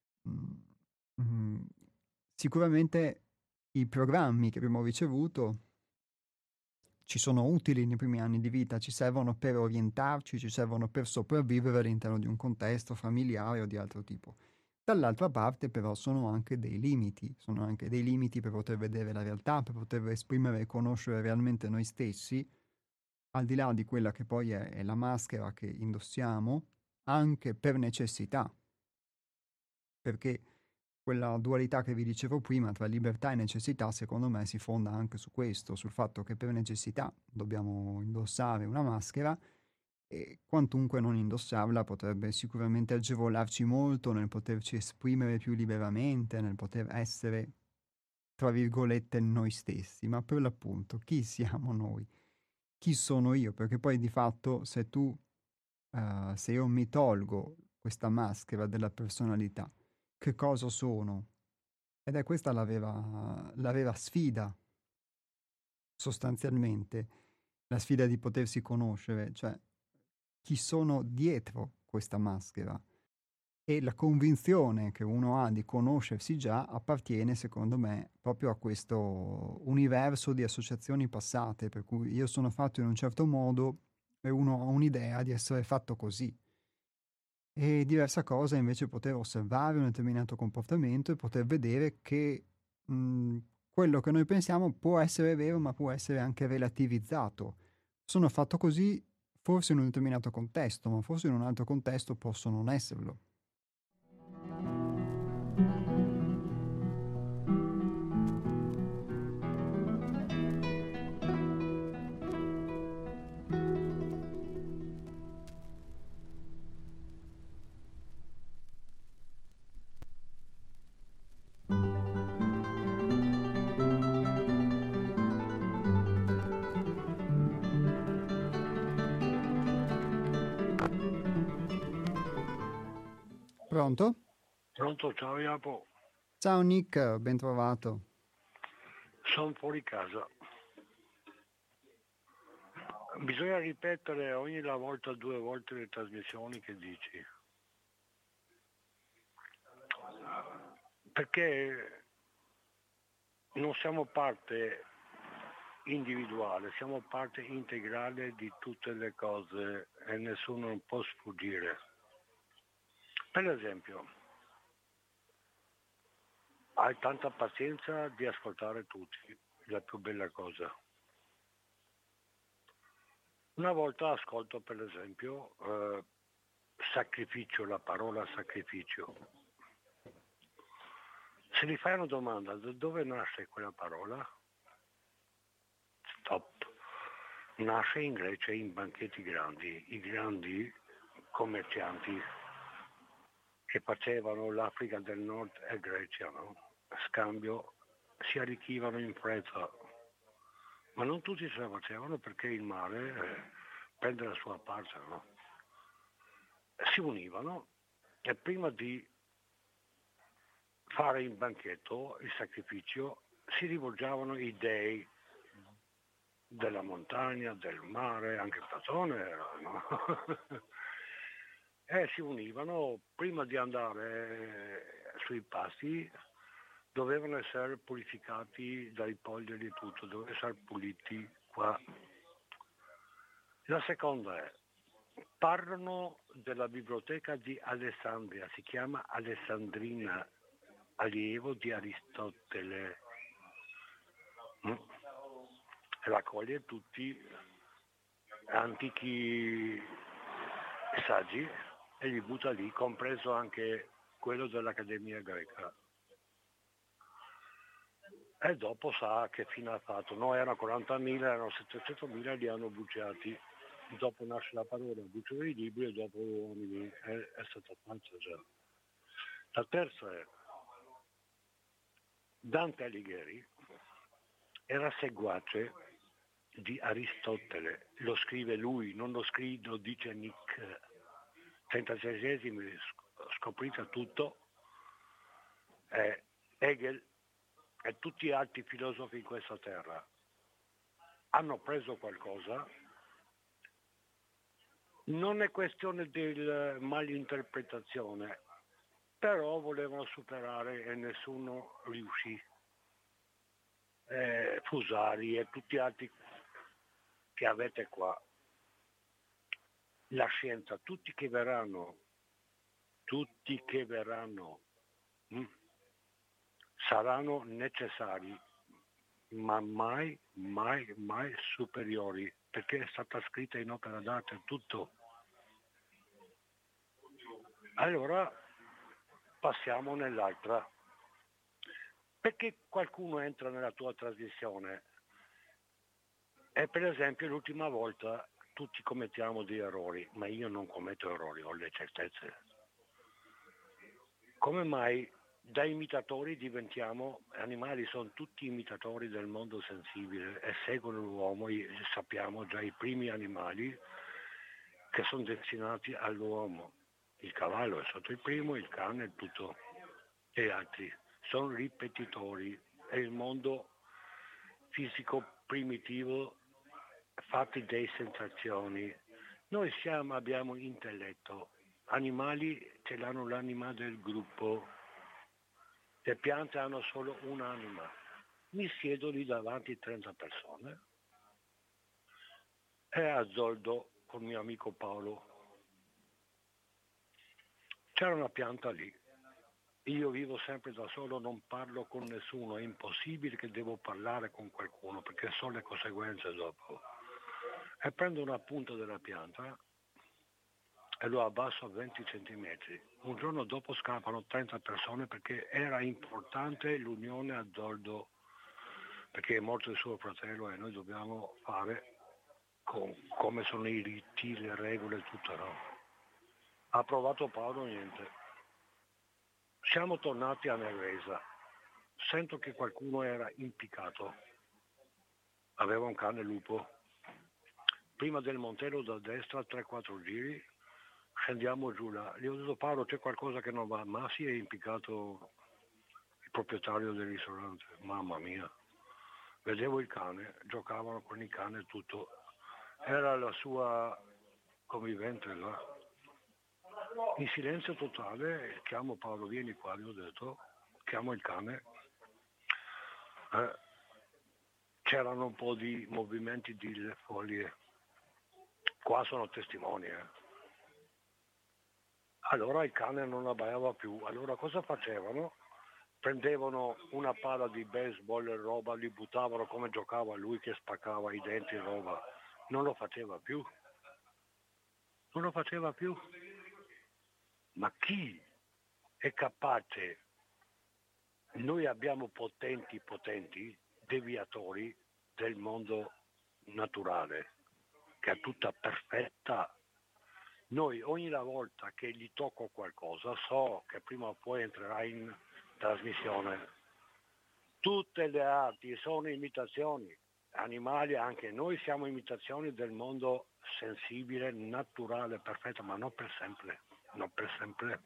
mm, mm, sicuramente i programmi che abbiamo ricevuto ci sono utili nei primi anni di vita, ci servono per orientarci, ci servono per sopravvivere all'interno di un contesto familiare o di altro tipo. Dall'altra parte però sono anche dei limiti, sono anche dei limiti per poter vedere la realtà, per poter esprimere e conoscere realmente noi stessi, al di là di quella che poi è, è la maschera che indossiamo, anche per necessità, perché quella dualità che vi dicevo prima tra libertà e necessità, secondo me, si fonda anche su questo, sul fatto che per necessità dobbiamo indossare una maschera e quantunque non indossarla potrebbe sicuramente agevolarci molto nel poterci esprimere più liberamente, nel poter essere, tra virgolette, noi stessi. Ma per l'appunto, chi siamo noi? Chi sono io? Perché poi di fatto se tu, uh, se io mi tolgo questa maschera della personalità, che cosa sono? Ed è questa la vera, la vera sfida, sostanzialmente, la sfida di potersi conoscere, cioè chi sono dietro questa maschera. E la convinzione che uno ha di conoscersi già appartiene, secondo me, proprio a questo universo di associazioni passate, per cui io sono fatto in un certo modo e uno ha un'idea di essere fatto così. E diversa cosa invece poter osservare un determinato comportamento e poter vedere che mh, quello che noi pensiamo può essere vero, ma può essere anche relativizzato. Sono fatto così forse in un determinato contesto, ma forse in un altro contesto posso non esserlo. Pronto? Pronto, ciao Iapo. Ciao Nick, ben trovato. Sono fuori casa. Bisogna ripetere ogni la volta, due volte le trasmissioni che dici. Perché non siamo parte individuale, siamo parte integrale di tutte le cose e nessuno può sfuggire. Per esempio, hai tanta pazienza di ascoltare tutti, la più bella cosa. Una volta ascolto per esempio eh, sacrificio, la parola sacrificio. Se gli fai una domanda, da dove nasce quella parola? Stop. Nasce in Grecia in banchetti grandi, i grandi commercianti che facevano l'Africa del Nord e Grecia, no? A scambio si arricchivano in fretta, ma non tutti ce la facevano perché il mare eh, prende la sua parte, no? Si univano e prima di fare il banchetto, il sacrificio, si rivolgevano ai dei della montagna, del mare, anche Platone era, no? E si univano prima di andare sui passi, dovevano essere purificati dai polveri e tutto, dovevano essere puliti qua. La seconda è, parlano della biblioteca di Alessandria, si chiama Alessandrina, allievo di Aristotele. Mm? E raccoglie tutti antichi saggi e li butta lì, compreso anche quello dell'Accademia Greca. E dopo sa che fine ha fatto. No, erano quarantamila, erano settecentomila, li hanno bruciati. Dopo nasce la parola, bruciano i libri e dopo uomini. È, è stata fatta già. La terza è Dante Alighieri era seguace di Aristotele, lo scrive lui, non lo scrive, lo dice Nick. trentaseiesimi scoprito tutto, eh, Hegel e tutti gli altri filosofi in questa terra hanno preso qualcosa. Non è questione del malinterpretazione, però volevano superare e nessuno riuscì. Eh, Fusari e tutti gli altri che avete qua. La scienza, tutti che verranno, tutti che verranno, mh, saranno necessari, ma mai, mai, mai superiori, perché è stata scritta in opera d'arte tutto. Allora passiamo nell'altra. Perché qualcuno entra nella tua trasmissione e per esempio l'ultima volta tutti commettiamo degli errori, ma io non commetto errori, ho le certezze. Come mai da imitatori diventiamo animali? Sono tutti imitatori del mondo sensibile e seguono l'uomo, sappiamo già i primi animali che sono destinati all'uomo. Il cavallo è stato il primo, il cane e tutto, e altri. Sono ripetitori, è il mondo fisico primitivo fatti di sensazioni. Noi siamo, abbiamo intelletto, animali ce l'hanno l'anima del gruppo, le piante hanno solo un'anima. Mi siedo lì davanti trenta persone e a Zoldo con mio amico Paolo. C'era una pianta lì. Io vivo sempre da solo, non parlo con nessuno, è impossibile che devo parlare con qualcuno perché so le conseguenze dopo. E prendo una punta della pianta e lo abbasso a venti centimetri. Un giorno dopo scappano trenta persone perché era importante l'unione a Zoldo, perché è morto il suo fratello e noi dobbiamo fare con, come sono i riti, le regole, tutto, no? Ha provato Paolo, niente. Siamo tornati a Nervesa. Sento che qualcuno era impiccato. Aveva un cane lupo. Prima del Montello da destra, tre quattro giri, scendiamo giù là, gli ho detto Paolo c'è qualcosa che non va, ma si è impiccato il proprietario del ristorante, mamma mia, vedevo il cane, giocavano con il cane e tutto, era la sua convivente là, in silenzio totale, chiamo Paolo vieni qua, gli ho detto, chiamo il cane, eh, c'erano un po' di movimenti di le foglie, qua sono testimoni, eh. Allora il cane non abbaiava più, allora cosa facevano? Prendevano una palla di baseball e roba, li buttavano come giocava lui che spaccava i denti e roba, non lo faceva più, non lo faceva più. Ma chi è capace, noi abbiamo potenti potenti deviatori del mondo naturale, che è tutta perfetta. Noi ogni volta che gli tocco qualcosa so che prima o poi entrerà in trasmissione. Tutte le arti sono imitazioni, animali, anche noi siamo imitazioni del mondo sensibile, naturale, perfetto, ma non per sempre, non per sempre.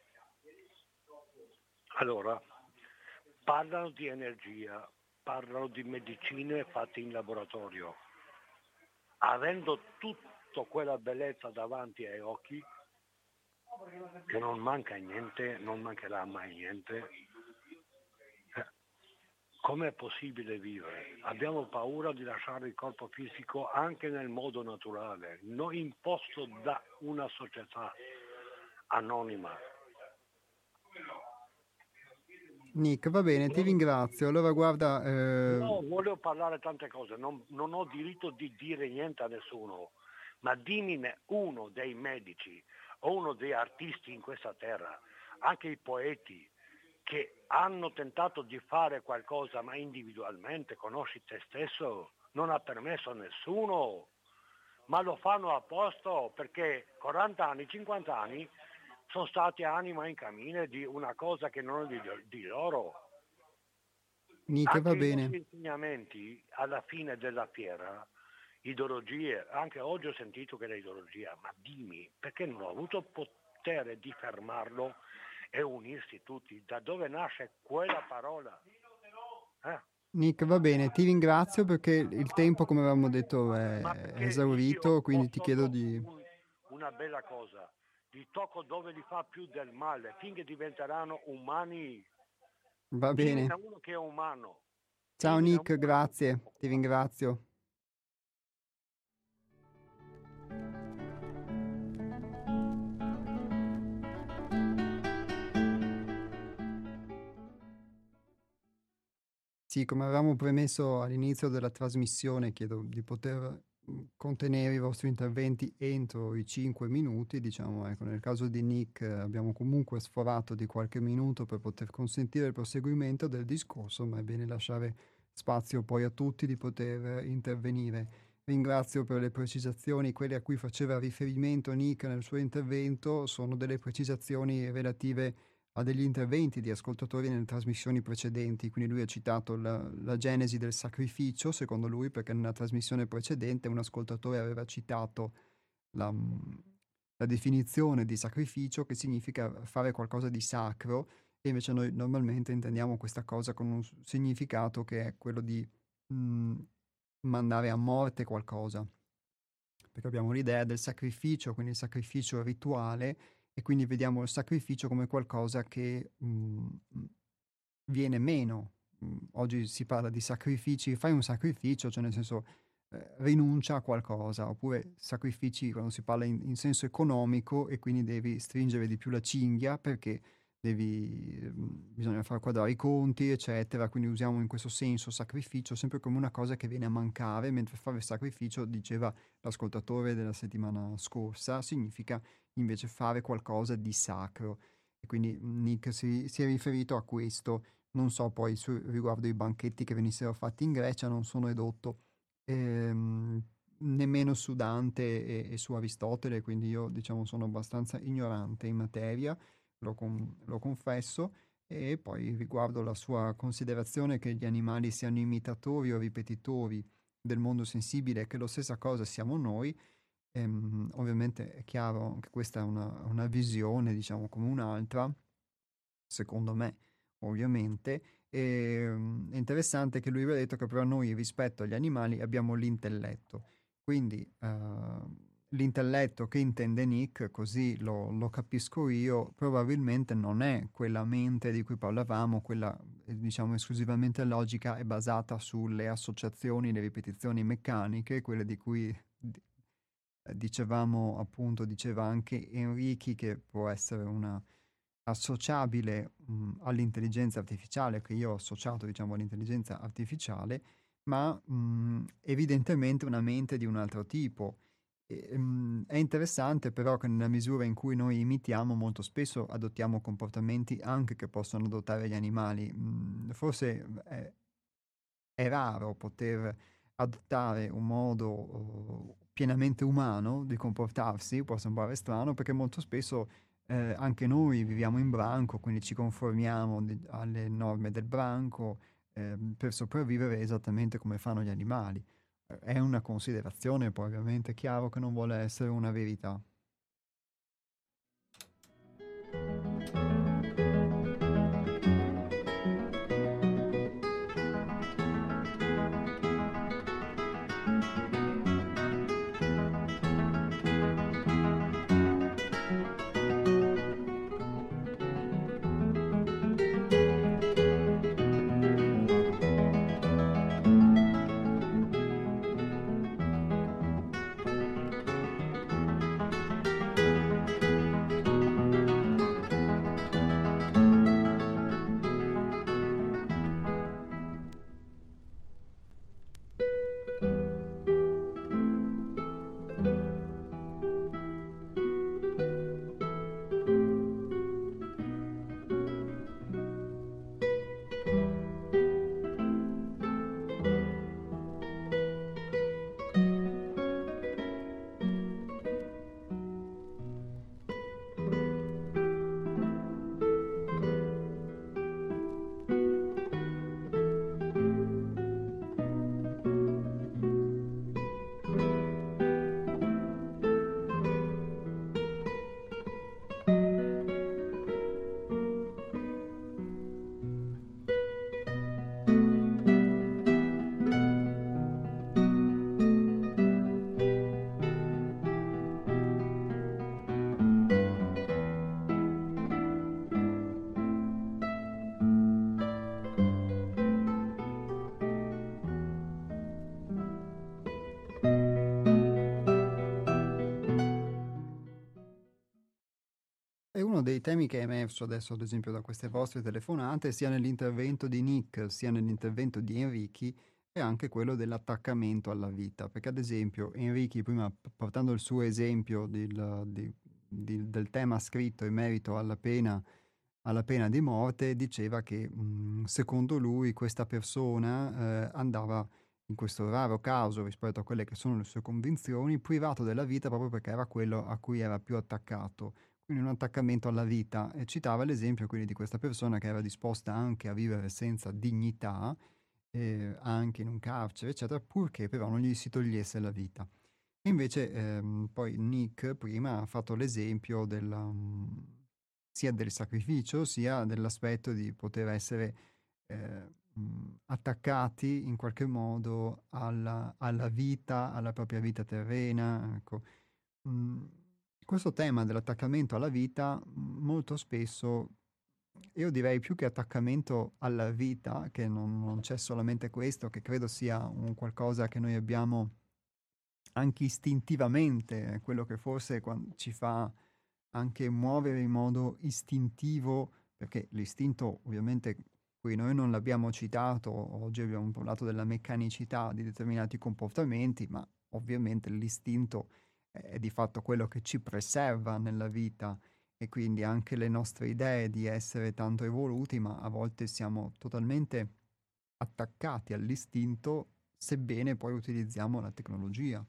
Allora, parlano di energia, parlano di medicine fatte in laboratorio, avendo tutto quella bellezza davanti ai occhi, che non manca niente, non mancherà mai niente. Eh, com'è possibile vivere? Abbiamo paura di lasciare il corpo fisico anche nel modo naturale, non imposto da una società anonima. Nick, va bene, ti ringrazio. Allora guarda... Eh... No, volevo parlare tante cose, non, non ho diritto di dire niente a nessuno, ma dimmi uno dei medici o uno dei artisti in questa terra, anche i poeti, che hanno tentato di fare qualcosa ma individualmente, conosci te stesso, non ha permesso a nessuno, ma lo fanno apposta perché quaranta anni, cinquanta anni sono stati anima in cammino di una cosa che non è di, di loro. Nick, anche va i bene. nostri insegnamenti alla fine della fiera, ideologie, anche oggi ho sentito che è ideologia, ma dimmi, perché non ho avuto potere di fermarlo e unirsi tutti? Da dove nasce quella parola? Eh? Nick, va bene, ti ringrazio perché il tempo, come avevamo detto, è esaurito, quindi ti chiedo di... Un, una bella cosa, li tocco dove li fa più del male, finché diventeranno umani. Va bene. Dimmi uno che è umano. Ciao Nick, grazie, ti ringrazio. Sì, come avevamo premesso all'inizio della trasmissione, chiedo di poter contenere i vostri interventi entro i cinque minuti, diciamo, ecco, nel caso di Nick abbiamo comunque sforato di qualche minuto per poter consentire il proseguimento del discorso, ma è bene lasciare spazio poi a tutti di poter intervenire. Ringrazio per le precisazioni, quelle a cui faceva riferimento Nick nel suo intervento sono delle precisazioni relative a degli interventi di ascoltatori nelle trasmissioni precedenti, quindi lui ha citato la, la genesi del sacrificio, secondo lui, perché nella trasmissione precedente un ascoltatore aveva citato la, la definizione di sacrificio, che significa fare qualcosa di sacro, e invece noi normalmente intendiamo questa cosa con un significato che è quello di mh, mandare a morte qualcosa, perché abbiamo l'idea del sacrificio, quindi il sacrificio rituale, e quindi vediamo il sacrificio come qualcosa che mh, viene meno. Mh, oggi si parla di sacrifici, fai un sacrificio, cioè nel senso eh, rinuncia a qualcosa, oppure sacrifici quando si parla in, in senso economico e quindi devi stringere di più la cinghia perché devi, mh, bisogna far quadrare i conti, eccetera, quindi usiamo in questo senso sacrificio sempre come una cosa che viene a mancare, mentre fare sacrificio, diceva l'ascoltatore della settimana scorsa, significa invece fare qualcosa di sacro. E quindi Nick si, si è riferito a questo. Non so poi su, riguardo i banchetti che venissero fatti in Grecia, non sono edotto ehm, nemmeno su Dante e, e su Aristotele, quindi io diciamo sono abbastanza ignorante in materia, lo, con, lo confesso. E poi riguardo la sua considerazione che gli animali siano imitatori o ripetitori del mondo sensibile, che lo stessa cosa siamo noi, Ehm, ovviamente è chiaro che questa è una, una visione, diciamo, come un'altra, secondo me, ovviamente. E, mm, è interessante che lui aveva detto che però noi rispetto agli animali abbiamo l'intelletto. Quindi eh, l'intelletto che intende Nick, così lo, lo capisco io, probabilmente non è quella mente di cui parlavamo, quella eh, diciamo esclusivamente logica e basata sulle associazioni, le ripetizioni meccaniche, quelle di cui di- eh, dicevamo appunto, diceva anche Enrichi che può essere una associabile mh, all'intelligenza artificiale, che io ho associato diciamo all'intelligenza artificiale, ma mh, evidentemente una mente di un altro tipo. E, mh, è interessante però che nella misura in cui noi imitiamo, molto spesso adottiamo comportamenti anche che possono adottare gli animali. Mh, forse è, è raro poter adottare un modo uh, pienamente umano di comportarsi, può sembrare strano, perché molto spesso eh, anche noi viviamo in branco, quindi ci conformiamo di- alle norme del branco ehm, per sopravvivere esattamente come fanno gli animali. Eh, È una considerazione, poi ovviamente è chiaro che non vuole essere una verità. È uno dei temi che è emerso adesso, ad esempio, da queste vostre telefonate, sia nell'intervento di Nick, sia nell'intervento di Enrichi, è anche quello dell'attaccamento alla vita. Perché, ad esempio, Enrichi, prima p- portando il suo esempio del, di- di- del tema scritto in merito alla pena, alla pena di morte, diceva che mh, secondo lui questa persona eh, andava, in questo raro caso rispetto a quelle che sono le sue convinzioni, privato della vita proprio perché era quello a cui era più attaccato, quindi un attaccamento alla vita. E citava l'esempio quindi di questa persona che era disposta anche a vivere senza dignità, eh, anche in un carcere, eccetera, purché però non gli si togliesse la vita. E invece ehm, poi Nick prima ha fatto l'esempio della, mm, sia del sacrificio sia dell'aspetto di poter essere eh, mh, attaccati in qualche modo alla, alla vita, alla propria vita terrena. Ecco. Mm, questo tema dell'attaccamento alla vita mh, molto spesso, io direi più che attaccamento alla vita, che non, non c'è solamente questo, che credo sia un qualcosa che noi abbiamo anche istintivamente, è quello che forse quan- ci fa anche muovere in modo istintivo, perché l'istinto ovviamente qui noi non l'abbiamo citato, oggi abbiamo parlato della meccanicità di determinati comportamenti, ma ovviamente l'istinto è di fatto quello che ci preserva nella vita e quindi anche le nostre idee di essere tanto evoluti, ma a volte siamo totalmente attaccati all'istinto, sebbene poi utilizziamo la tecnologia.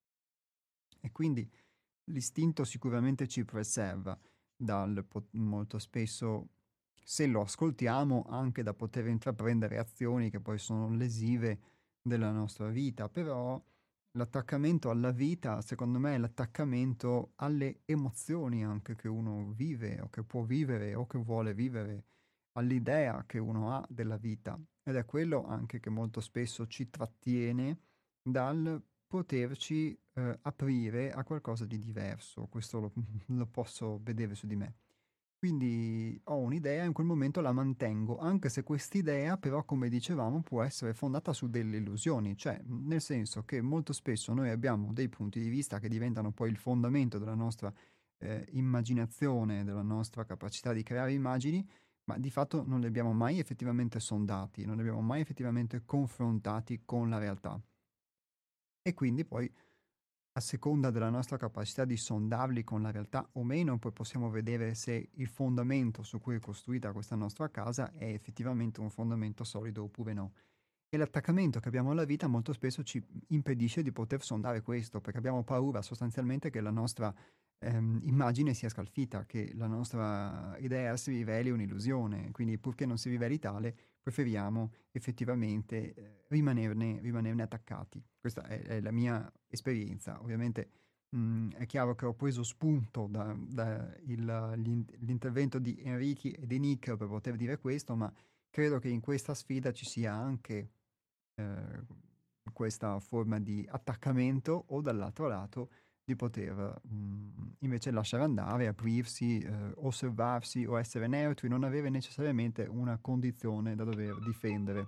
E quindi l'istinto sicuramente ci preserva dal po- molto spesso, se lo ascoltiamo, anche da poter intraprendere azioni che poi sono lesive della nostra vita, però L'attaccamento alla vita, secondo me, è l'attaccamento alle emozioni anche che uno vive o che può vivere o che vuole vivere, all'idea che uno ha della vita. Ed è quello anche che molto spesso ci trattiene dal poterci eh, aprire a qualcosa di diverso. Questo lo, lo posso vedere su di me. Quindi ho un'idea e in quel momento la mantengo, anche se quest'idea però, come dicevamo, può essere fondata su delle illusioni, cioè mh, nel senso che molto spesso noi abbiamo dei punti di vista che diventano poi il fondamento della nostra eh, immaginazione, della nostra capacità di creare immagini, ma di fatto non li abbiamo mai effettivamente sondati, non li abbiamo mai effettivamente confrontati con la realtà. E quindi poi, a seconda della nostra capacità di sondarli con la realtà o meno, poi possiamo vedere se il fondamento su cui è costruita questa nostra casa è effettivamente un fondamento solido oppure no. E l'attaccamento che abbiamo alla vita molto spesso ci impedisce di poter sondare questo, perché abbiamo paura sostanzialmente che la nostra ehm, immagine sia scalfita, che la nostra idea si riveli un'illusione. Quindi, purché non si riveli tale, preferiamo effettivamente eh, rimanerne, rimanerne attaccati. Questa è, è la mia esperienza. Ovviamente mh, è chiaro che ho preso spunto dall'intervento di Enrichi e di Nick per poter dire questo, ma credo che in questa sfida ci sia anche eh, questa forma di attaccamento o dall'altro lato di poter mh, invece lasciare andare, aprirsi, eh, osservarsi o essere neutri, non avere necessariamente una condizione da dover difendere.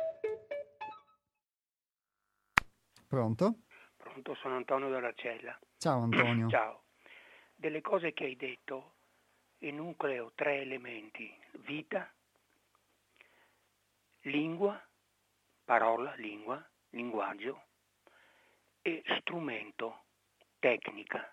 Pronto? Pronto, sono Antonio dalla Cella. Ciao Antonio. Ciao. Delle cose che hai detto enucleo tre elementi: vita, lingua, parola, lingua, linguaggio e strumento, tecnica,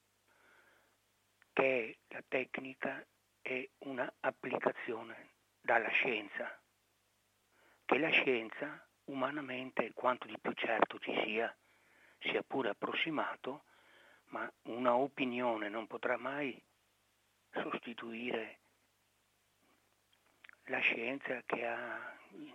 che la tecnica è una applicazione dalla scienza, che la scienza umanamente, quanto di più certo ci sia, sia pure approssimato, ma una opinione non potrà mai sostituire la scienza che ha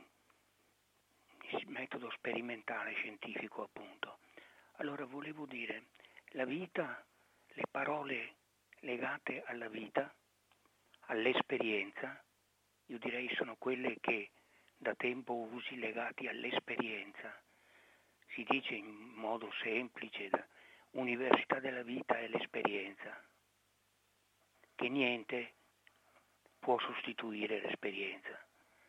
il metodo sperimentale scientifico, appunto. Allora volevo dire, la vita, le parole legate alla vita, all'esperienza, io direi sono quelle che da tempo usi, legati all'esperienza. Si dice in modo semplice, università della vita è l'esperienza, che niente può sostituire l'esperienza.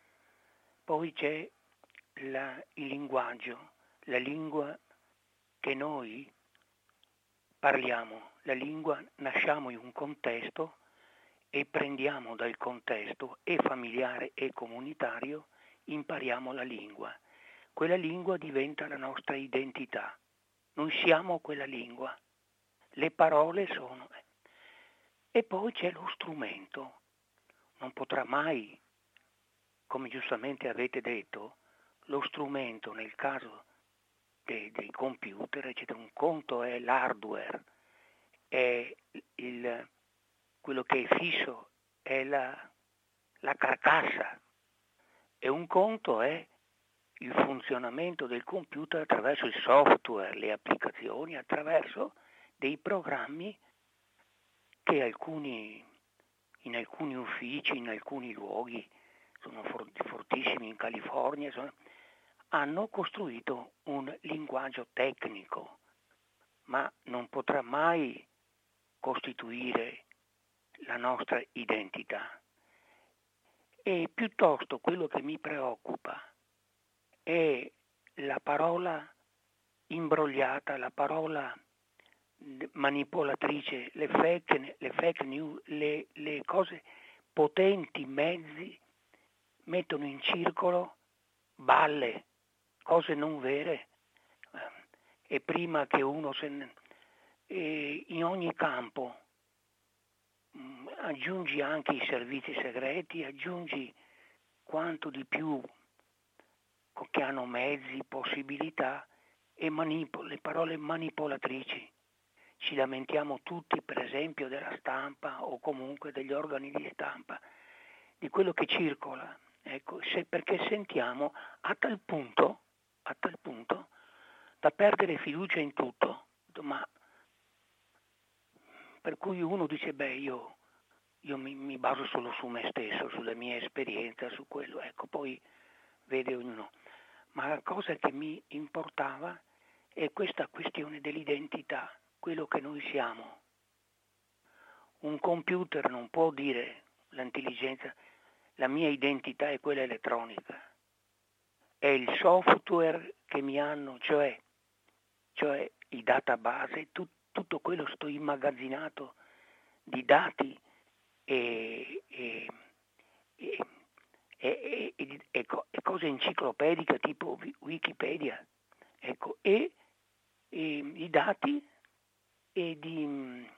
Poi c'è la, il linguaggio, la lingua che noi parliamo, la lingua, nasciamo in un contesto e prendiamo dal contesto e familiare e comunitario, impariamo la lingua. Quella lingua diventa la nostra identità. Noi siamo quella lingua. Le parole sono. E poi c'è lo strumento. Non potrà mai, come giustamente avete detto, lo strumento nel caso dei, dei computer, eccetera, un conto è l'hardware, è il, quello che è fisso, è la, la carcassa, e un conto è il funzionamento del computer attraverso il software, le applicazioni, attraverso dei programmi che alcuni, in alcuni uffici, in alcuni luoghi, sono fortissimi in California, sono, hanno costruito un linguaggio tecnico, ma non potrà mai costituire la nostra identità. E piuttosto quello che mi preoccupa è la parola imbrogliata, la parola manipolatrice, le fake, le fake news, le, le cose potenti, mezzi, mettono in circolo balle, cose non vere, e prima che uno se ne, e in ogni campo mh, aggiungi anche i servizi segreti, aggiungi quanto di più che hanno mezzi, possibilità e manip- le parole manipolatrici. Ci lamentiamo tutti, per esempio, della stampa o comunque degli organi di stampa, di quello che circola, ecco, se, perché sentiamo a tal punto, a tal punto da perdere fiducia in tutto. Ma per cui uno dice, beh, io, io mi, mi baso solo su me stesso, sulla mia esperienza, su quello, ecco, poi vede ognuno. Ma la cosa che mi importava è questa questione dell'identità, quello che noi siamo. Un computer non può dire, l'intelligenza, la mia identità è quella elettronica. È il software che mi hanno, cioè, cioè i database, tu, tutto quello sto immagazzinato di dati e, e, e, e, e, e, e cose enciclopediche tipo Wikipedia, ecco, e, e i dati e di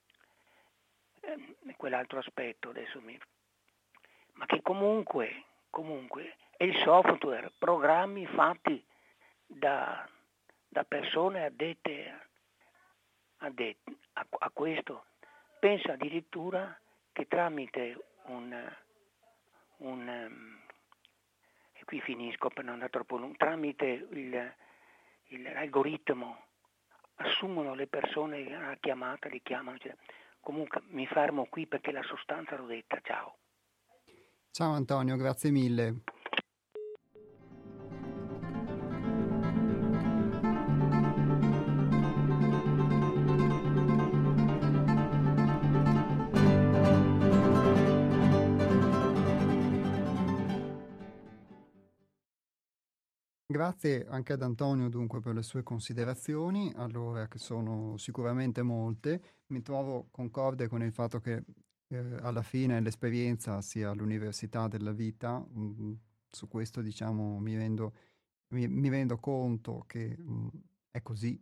eh, quell'altro aspetto adesso mi... ma che comunque, comunque è il software, programmi fatti da, da persone addette, addette a, a questo. Pensa addirittura che tramite un, un e qui finisco per non andare troppo lungo, tramite il, il, l'algoritmo assumono le persone a chiamata, li chiamano, cioè. Comunque mi fermo qui perché la sostanza l'ho detta, ciao. Ciao Antonio, grazie mille. Grazie anche ad Antonio dunque per le sue considerazioni, allora che sono sicuramente molte. Mi trovo concorde con il fatto che eh, alla fine l'esperienza sia l'università della vita. Mm, su questo diciamo mi rendo, mi, mi rendo conto che mm, è così.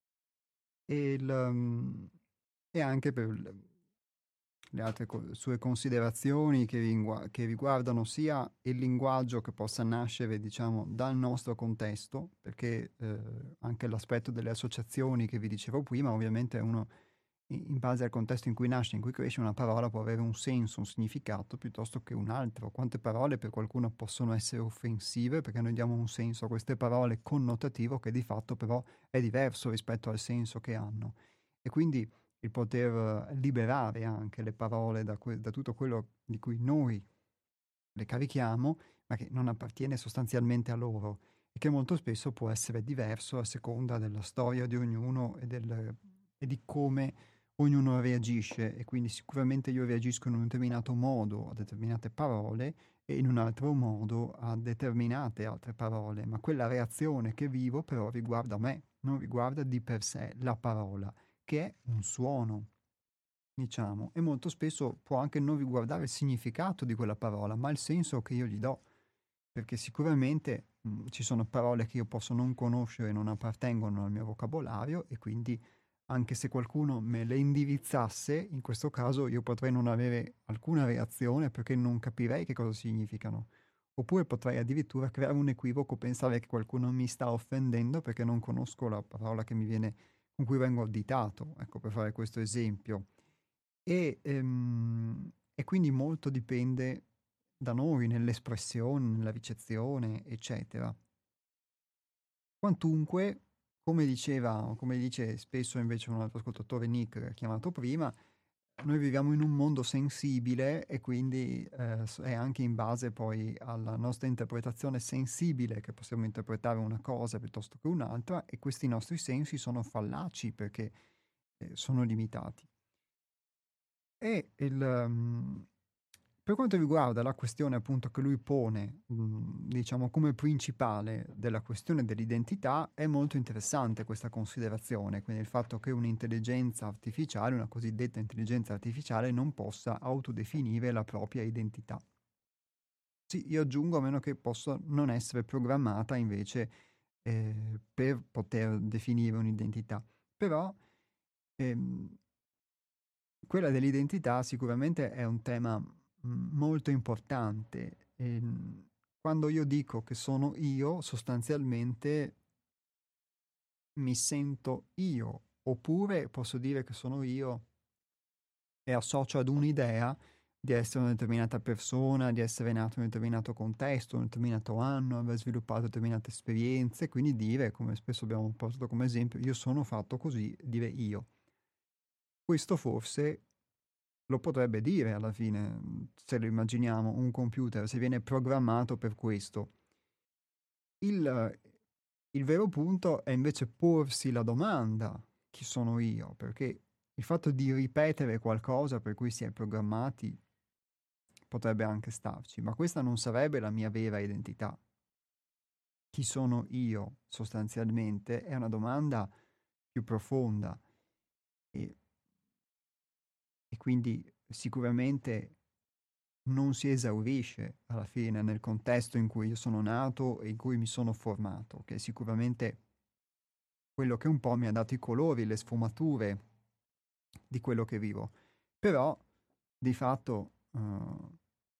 E, il, um, e anche per l- le altre co- sue considerazioni che, ringua- che riguardano sia il linguaggio che possa nascere, diciamo, dal nostro contesto, perché eh, anche l'aspetto delle associazioni che vi dicevo prima, ovviamente uno, in in base al contesto in cui nasce, in cui cresce, una parola può avere un senso, un significato, piuttosto che un altro. Quante parole per qualcuno possono essere offensive, perché noi diamo un senso a queste parole connotativo che di fatto però è diverso rispetto al senso che hanno. E quindi il poter eh, liberare anche le parole da, que- da tutto quello di cui noi le carichiamo, ma che non appartiene sostanzialmente a loro e che molto spesso può essere diverso a seconda della storia di ognuno e, del, e di come ognuno reagisce. E quindi sicuramente io reagisco in un determinato modo a determinate parole e in un altro modo a determinate altre parole, ma quella reazione che vivo però riguarda me, non riguarda di per sé la parola, che è un suono, diciamo, e molto spesso può anche non riguardare il significato di quella parola, ma il senso che io gli do, perché sicuramente mh, ci sono parole che io posso non conoscere, non appartengono al mio vocabolario e quindi anche se qualcuno me le indirizzasse, in questo caso io potrei non avere alcuna reazione perché non capirei che cosa significano. Oppure potrei addirittura creare un equivoco, pensare che qualcuno mi sta offendendo perché non conosco la parola che mi viene, con cui vengo additato, ecco, per fare questo esempio. E, ehm, e quindi molto dipende da noi nell'espressione, nella ricezione, eccetera. Quantunque, come diceva, come dice spesso invece un altro ascoltatore Nick che ha chiamato prima, noi viviamo in un mondo sensibile e quindi eh, s- è anche in base poi alla nostra interpretazione sensibile che possiamo interpretare una cosa piuttosto che un'altra e questi nostri sensi sono fallaci perché eh, sono limitati. E il, um, per quanto riguarda la questione appunto che lui pone, mh, diciamo come principale della questione dell'identità, è molto interessante questa considerazione, quindi il fatto che un'intelligenza artificiale, una cosiddetta intelligenza artificiale, non possa autodefinire la propria identità. Sì, io aggiungo a meno che possa non essere programmata invece eh, per poter definire un'identità. Però ehm, quella dell'identità sicuramente è un tema mm, molto importante. E, mm, quando io dico che sono io, sostanzialmente mi sento io, oppure posso dire che sono io e associo ad un'idea, di essere una determinata persona, di essere nato in un determinato contesto, in un determinato anno, aver sviluppato determinate esperienze, quindi dire, come spesso abbiamo portato come esempio, io sono fatto così, dire io. Questo forse lo potrebbe dire alla fine, se lo immaginiamo, un computer, se viene programmato per questo. Il, il vero punto è invece porsi la domanda, chi sono io? Perché il fatto di ripetere qualcosa per cui si è programmati potrebbe anche starci, ma questa non sarebbe la mia vera identità. Chi sono io sostanzialmente è una domanda più profonda e, e quindi sicuramente non si esaurisce alla fine nel contesto in cui io sono nato e in cui mi sono formato, che è sicuramente quello che un po' mi ha dato i colori, le sfumature di quello che vivo. Però, di fatto, uh,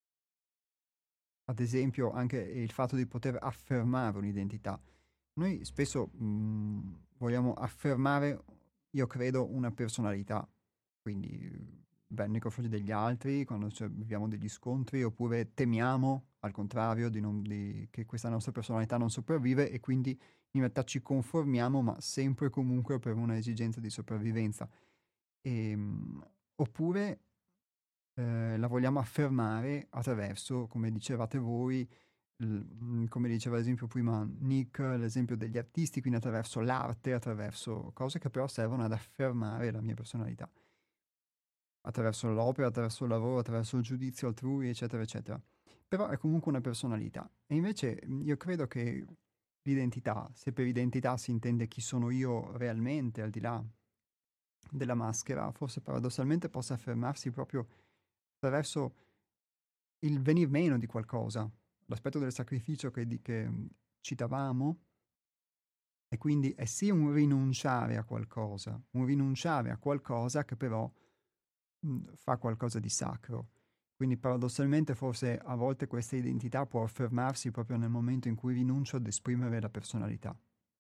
ad esempio, anche il fatto di poter affermare un'identità. Noi spesso mh, vogliamo affermare, io credo, una personalità, quindi beh, nei confronti degli altri, quando cioè, viviamo degli scontri, oppure temiamo, al contrario, di non, di, che questa nostra personalità non sopravvive e quindi in realtà ci conformiamo, ma sempre e comunque per una esigenza di sopravvivenza. E, mh, oppure eh, la vogliamo affermare attraverso, come dicevate voi, l- mh, come diceva ad esempio prima Nick, l'esempio degli artisti, quindi attraverso l'arte, attraverso cose che però servono ad affermare la mia personalità, attraverso l'opera, attraverso il lavoro, attraverso il giudizio altrui, eccetera, eccetera. Però è comunque una personalità. E invece mh, io credo che l'identità, se per identità si intende chi sono io realmente, al di là della maschera, forse paradossalmente possa affermarsi proprio attraverso il venir meno di qualcosa, l'aspetto del sacrificio che, di- che mh, citavamo, e quindi è sì un rinunciare a qualcosa, un rinunciare a qualcosa che però mh, fa qualcosa di sacro. Quindi paradossalmente forse a volte questa identità può affermarsi proprio nel momento in cui rinuncio ad esprimere la personalità.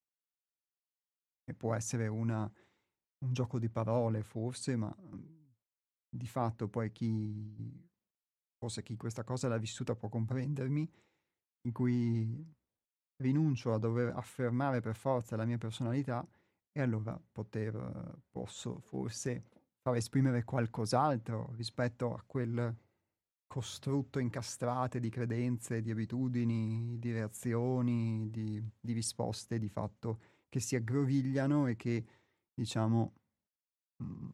E può essere una, un gioco di parole forse, ma mh, di fatto poi chi, forse chi questa cosa l'ha vissuta può comprendermi, in cui rinuncio a dover affermare per forza la mia personalità e allora poter, eh, posso forse far esprimere qualcos'altro rispetto a quel costrutto incastrate di credenze, di abitudini, di reazioni, di, di risposte di fatto che si aggrovigliano e che, diciamo, mh,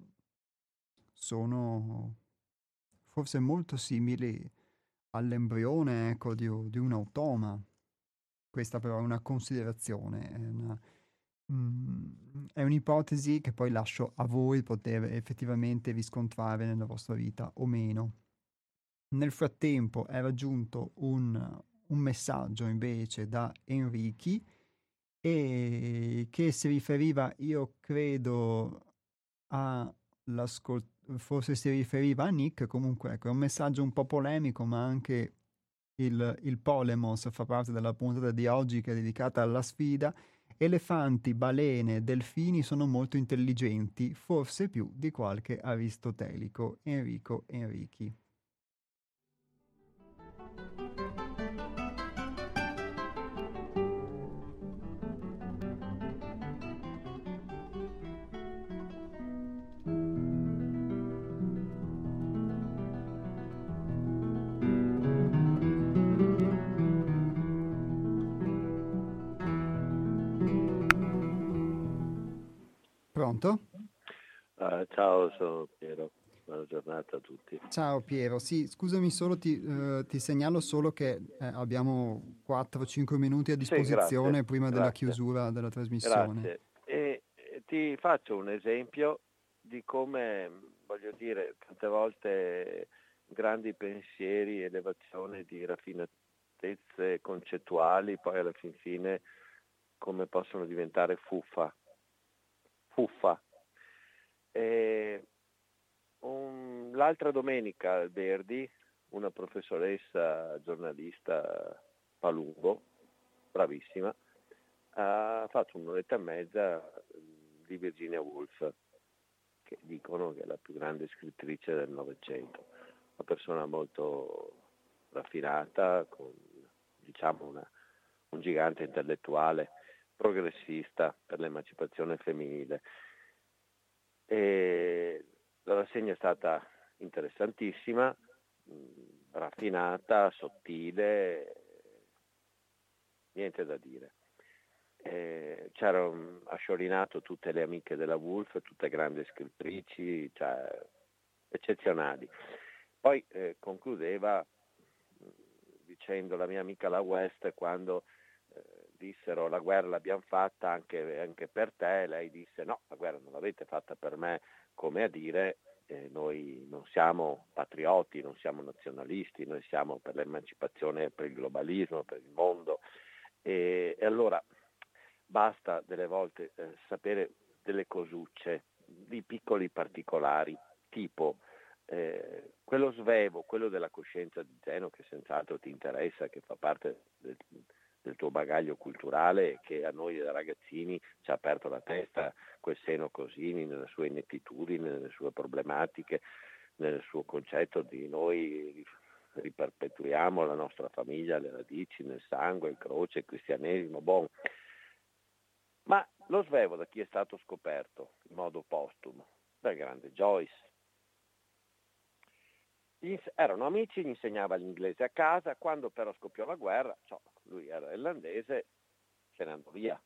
sono forse molto simili all'embrione, ecco, di, u- di un automa. Questa però è una considerazione, è una, mm, è un'ipotesi che poi lascio a voi poter effettivamente riscontrare nella vostra vita o meno. Nel frattempo è raggiunto un, un messaggio invece da Enrichi e che si riferiva, io credo, all'ascolto, forse si riferiva a Nick, comunque ecco, è un messaggio un po' polemico, ma anche il, il Polemos fa parte della puntata di oggi che è dedicata alla sfida. Elefanti, balene, delfini sono molto intelligenti, forse più di qualche aristotelico. Enrico Enrichi. Pronto? Uh, ciao, sono Piero, buona giornata a tutti. Ciao Piero, sì, scusami solo, ti, eh, ti segnalo solo che eh, abbiamo quattro cinque minuti a Sì, grazie, disposizione prima della grazie, chiusura della trasmissione. grazie. E, e ti faccio un esempio di come, voglio dire, tante volte grandi pensieri, elevazione di raffinatezze concettuali, poi alla fin fine come possono diventare fuffa. Fuffa. E un, l'altra domenica al Verdi, una professoressa giornalista Palumbo, bravissima, ha fatto un'oretta e mezza di Virginia Woolf, che dicono che è la più grande scrittrice del Novecento. una persona molto raffinata, con diciamo una, un gigante intellettuale, progressista per l'emancipazione femminile. E la rassegna è stata interessantissima, raffinata, sottile, niente da dire. Eh, c'erano ha sciorinato tutte le amiche della Woolf, tutte grandi scrittrici, cioè, eccezionali. Poi eh, concludeva dicendo la mia amica la West, quando eh, dissero la guerra l'abbiamo fatta anche, anche per te, lei disse no, la guerra non l'avete fatta per me, come a dire eh, noi non siamo patrioti, non siamo nazionalisti, noi siamo per l'emancipazione, per il globalismo, per il mondo. E, e allora basta delle volte eh, sapere delle cosucce, di piccoli particolari, tipo eh, quello svevo, quello della coscienza di Zeno, che senz'altro ti interessa, che fa parte del, del tuo bagaglio culturale e che a noi da ragazzini ci ha aperto la testa, quel Seno Cosini, nelle sue inettitudini, nelle sue problematiche, nel suo concetto di noi riperpetuiamo la nostra famiglia, le radici, nel sangue, il croce, il cristianesimo, bon. Ma lo svevo da chi è stato scoperto in modo postumo? Dal grande Joyce. Erano amici, gli insegnava l'inglese a casa, quando però scoppiò la guerra, cioè, lui era irlandese, se ne andò via.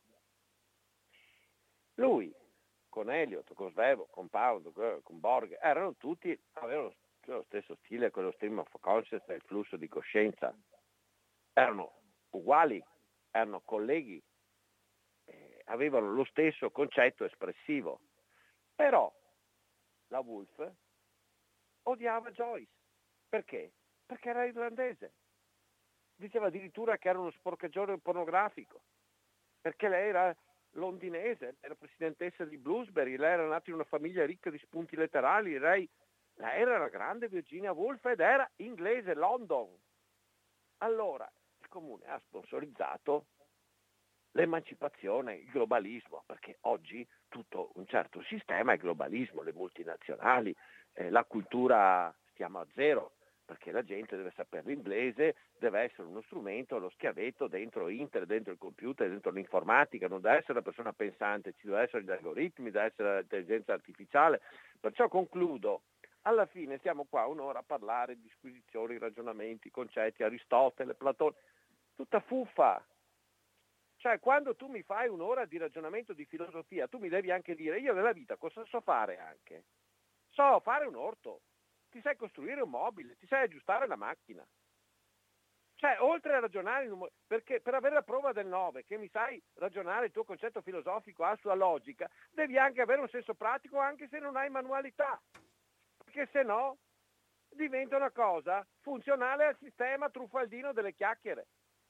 Lui, con Eliot, con Svevo, con Pound, con Borg, erano tutti, avevano lo stesso stile, quello stream of consciousness, il flusso di coscienza, erano uguali, erano colleghi, eh, avevano lo stesso concetto espressivo, però la Woolf odiava Joyce. Perché? Perché era irlandese, diceva addirittura che era uno sporcaggione pornografico, perché lei era londinese, era presidentessa di Bloomsbury, lei era nata in una famiglia ricca di spunti letterali, lei Lei era la grande Virginia Woolf ed era inglese, London. Allora, il comune ha sponsorizzato l'emancipazione, il globalismo, perché oggi tutto un certo sistema è globalismo, le multinazionali, eh, la cultura stiamo a zero, perché la gente deve sapere l'inglese, deve essere uno strumento, lo schiavetto dentro internet, dentro il computer, dentro l'informatica, non deve essere una persona pensante, ci deve essere gli algoritmi, deve essere l'intelligenza artificiale. Perciò concludo. Alla fine siamo qua un'ora a parlare di disquisizioni, ragionamenti, concetti, Aristotele, Platone, tutta fuffa. Cioè, quando tu mi fai un'ora di ragionamento di filosofia, tu mi devi anche dire, io nella vita cosa so fare anche? So fare un orto, ti sai costruire un mobile, ti sai aggiustare la macchina. Cioè, oltre a ragionare, perché per avere la prova del nove, che mi sai ragionare, il tuo concetto filosofico ha sua logica, devi anche avere un senso pratico anche se non hai manualità. Perché se no diventa una cosa funzionale al sistema truffaldino delle chiacchiere.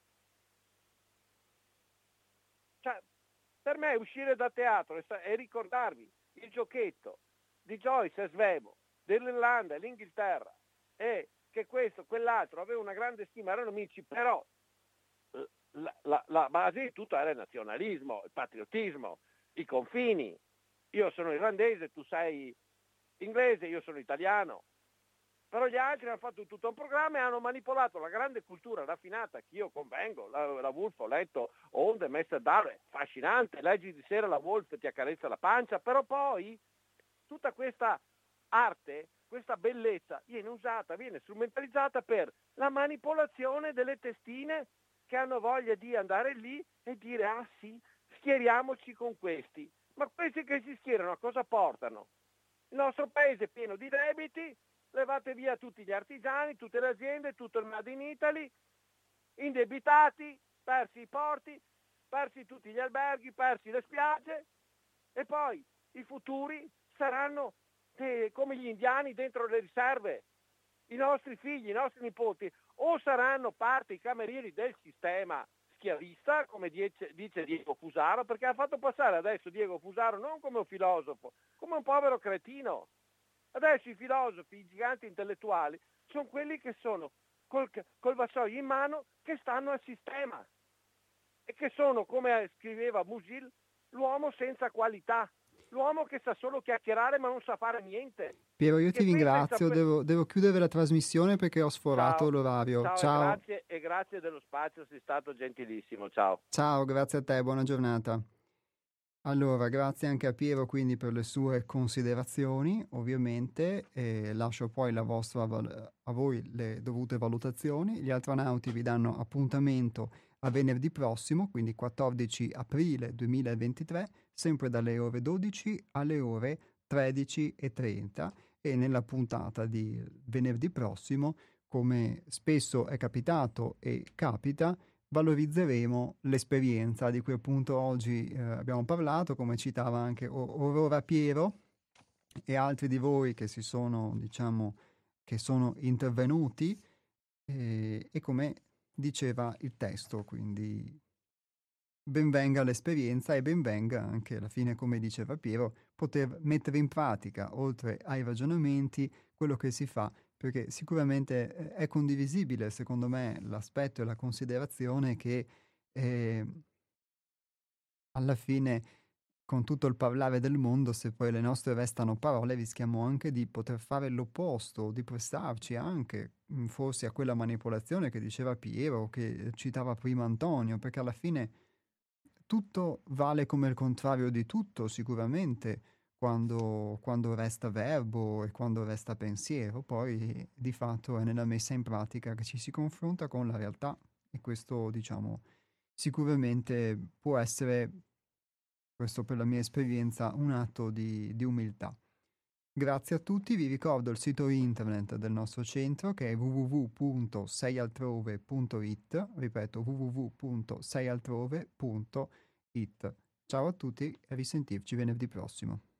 Cioè, per me uscire da teatro e ricordarvi il giochetto di Joyce e Svevo, dell'Irlanda e l'Inghilterra, e che questo, quell'altro aveva una grande stima, erano amici, però la, la, la base di tutto era il nazionalismo, il patriottismo, i confini. Io sono irlandese, tu sei inglese, io sono italiano, però gli altri hanno fatto tutto un programma e hanno manipolato la grande cultura raffinata che io convengo. La, la Woolf ho letto Onde, Messer Darwin, affascinante, leggi di sera la Woolf ti accarezza la pancia, però poi tutta questa arte, questa bellezza viene usata, viene strumentalizzata per la manipolazione delle testine che hanno voglia di andare lì e dire ah sì, schieriamoci con questi, ma questi che si schierano a cosa portano? Il nostro paese è pieno di debiti, levate via tutti gli artigiani, tutte le aziende, tutto il Made in Italy, indebitati, persi i porti, persi tutti gli alberghi, persi le spiagge, e poi i futuri saranno eh, come gli indiani dentro le riserve. I nostri figli, i nostri nipoti, o saranno parte i camerieri del sistema schiavista, come dice, dice Diego Fusaro, perché ha fatto passare adesso Diego Fusaro non come un filosofo, come un povero cretino. Adesso i filosofi, i giganti intellettuali, sono quelli che sono col, col vassoio in mano, che stanno al sistema e che sono, come scriveva Musil, l'uomo senza qualità, l'uomo che sa solo chiacchierare ma non sa fare niente. Piero, io Che ti qui senza ringrazio, pre- devo, devo chiudere la trasmissione perché ho sforato Ciao, l'orario. ciao e Ciao, grazie, e grazie dello spazio, sei stato gentilissimo, ciao. ciao, grazie a te, buona giornata. Allora, grazie anche a Piero quindi per le sue considerazioni, ovviamente, e lascio poi la vostra, val- a voi le dovute valutazioni. Gli astronauti vi danno appuntamento a venerdì prossimo, quindi quattordici aprile duemilaventitré, sempre dalle ore dodici alle ore tredici e trenta, e nella puntata di venerdì prossimo, come spesso è capitato e capita, valorizzeremo l'esperienza di cui appunto oggi eh, abbiamo parlato, come citava anche O- Aurora Piero e altri di voi che si sono, diciamo, che sono intervenuti, eh, e come diceva il testo, quindi ben venga l'esperienza e ben venga anche alla fine, come diceva Piero, poter mettere in pratica, oltre ai ragionamenti, quello che si fa, perché sicuramente eh, è condivisibile, secondo me, l'aspetto e la considerazione che eh, alla fine, con tutto il parlare del mondo, se poi le nostre restano parole, rischiamo anche di poter fare l'opposto, di prestarci anche mm, forse a quella manipolazione che diceva Piero, che citava prima Antonio, perché alla fine tutto vale come il contrario di tutto, sicuramente, quando, quando resta verbo e quando resta pensiero, poi di fatto è nella messa in pratica che ci si confronta con la realtà, e questo, diciamo, sicuramente può essere, questo per la mia esperienza, un atto di, di umiltà. Grazie a tutti, vi ricordo il sito internet del nostro centro che è w w w punto sei altrove punto i t, ripeto w w w punto sei altrove punto i t. Ciao a tutti e a risentirci venerdì prossimo.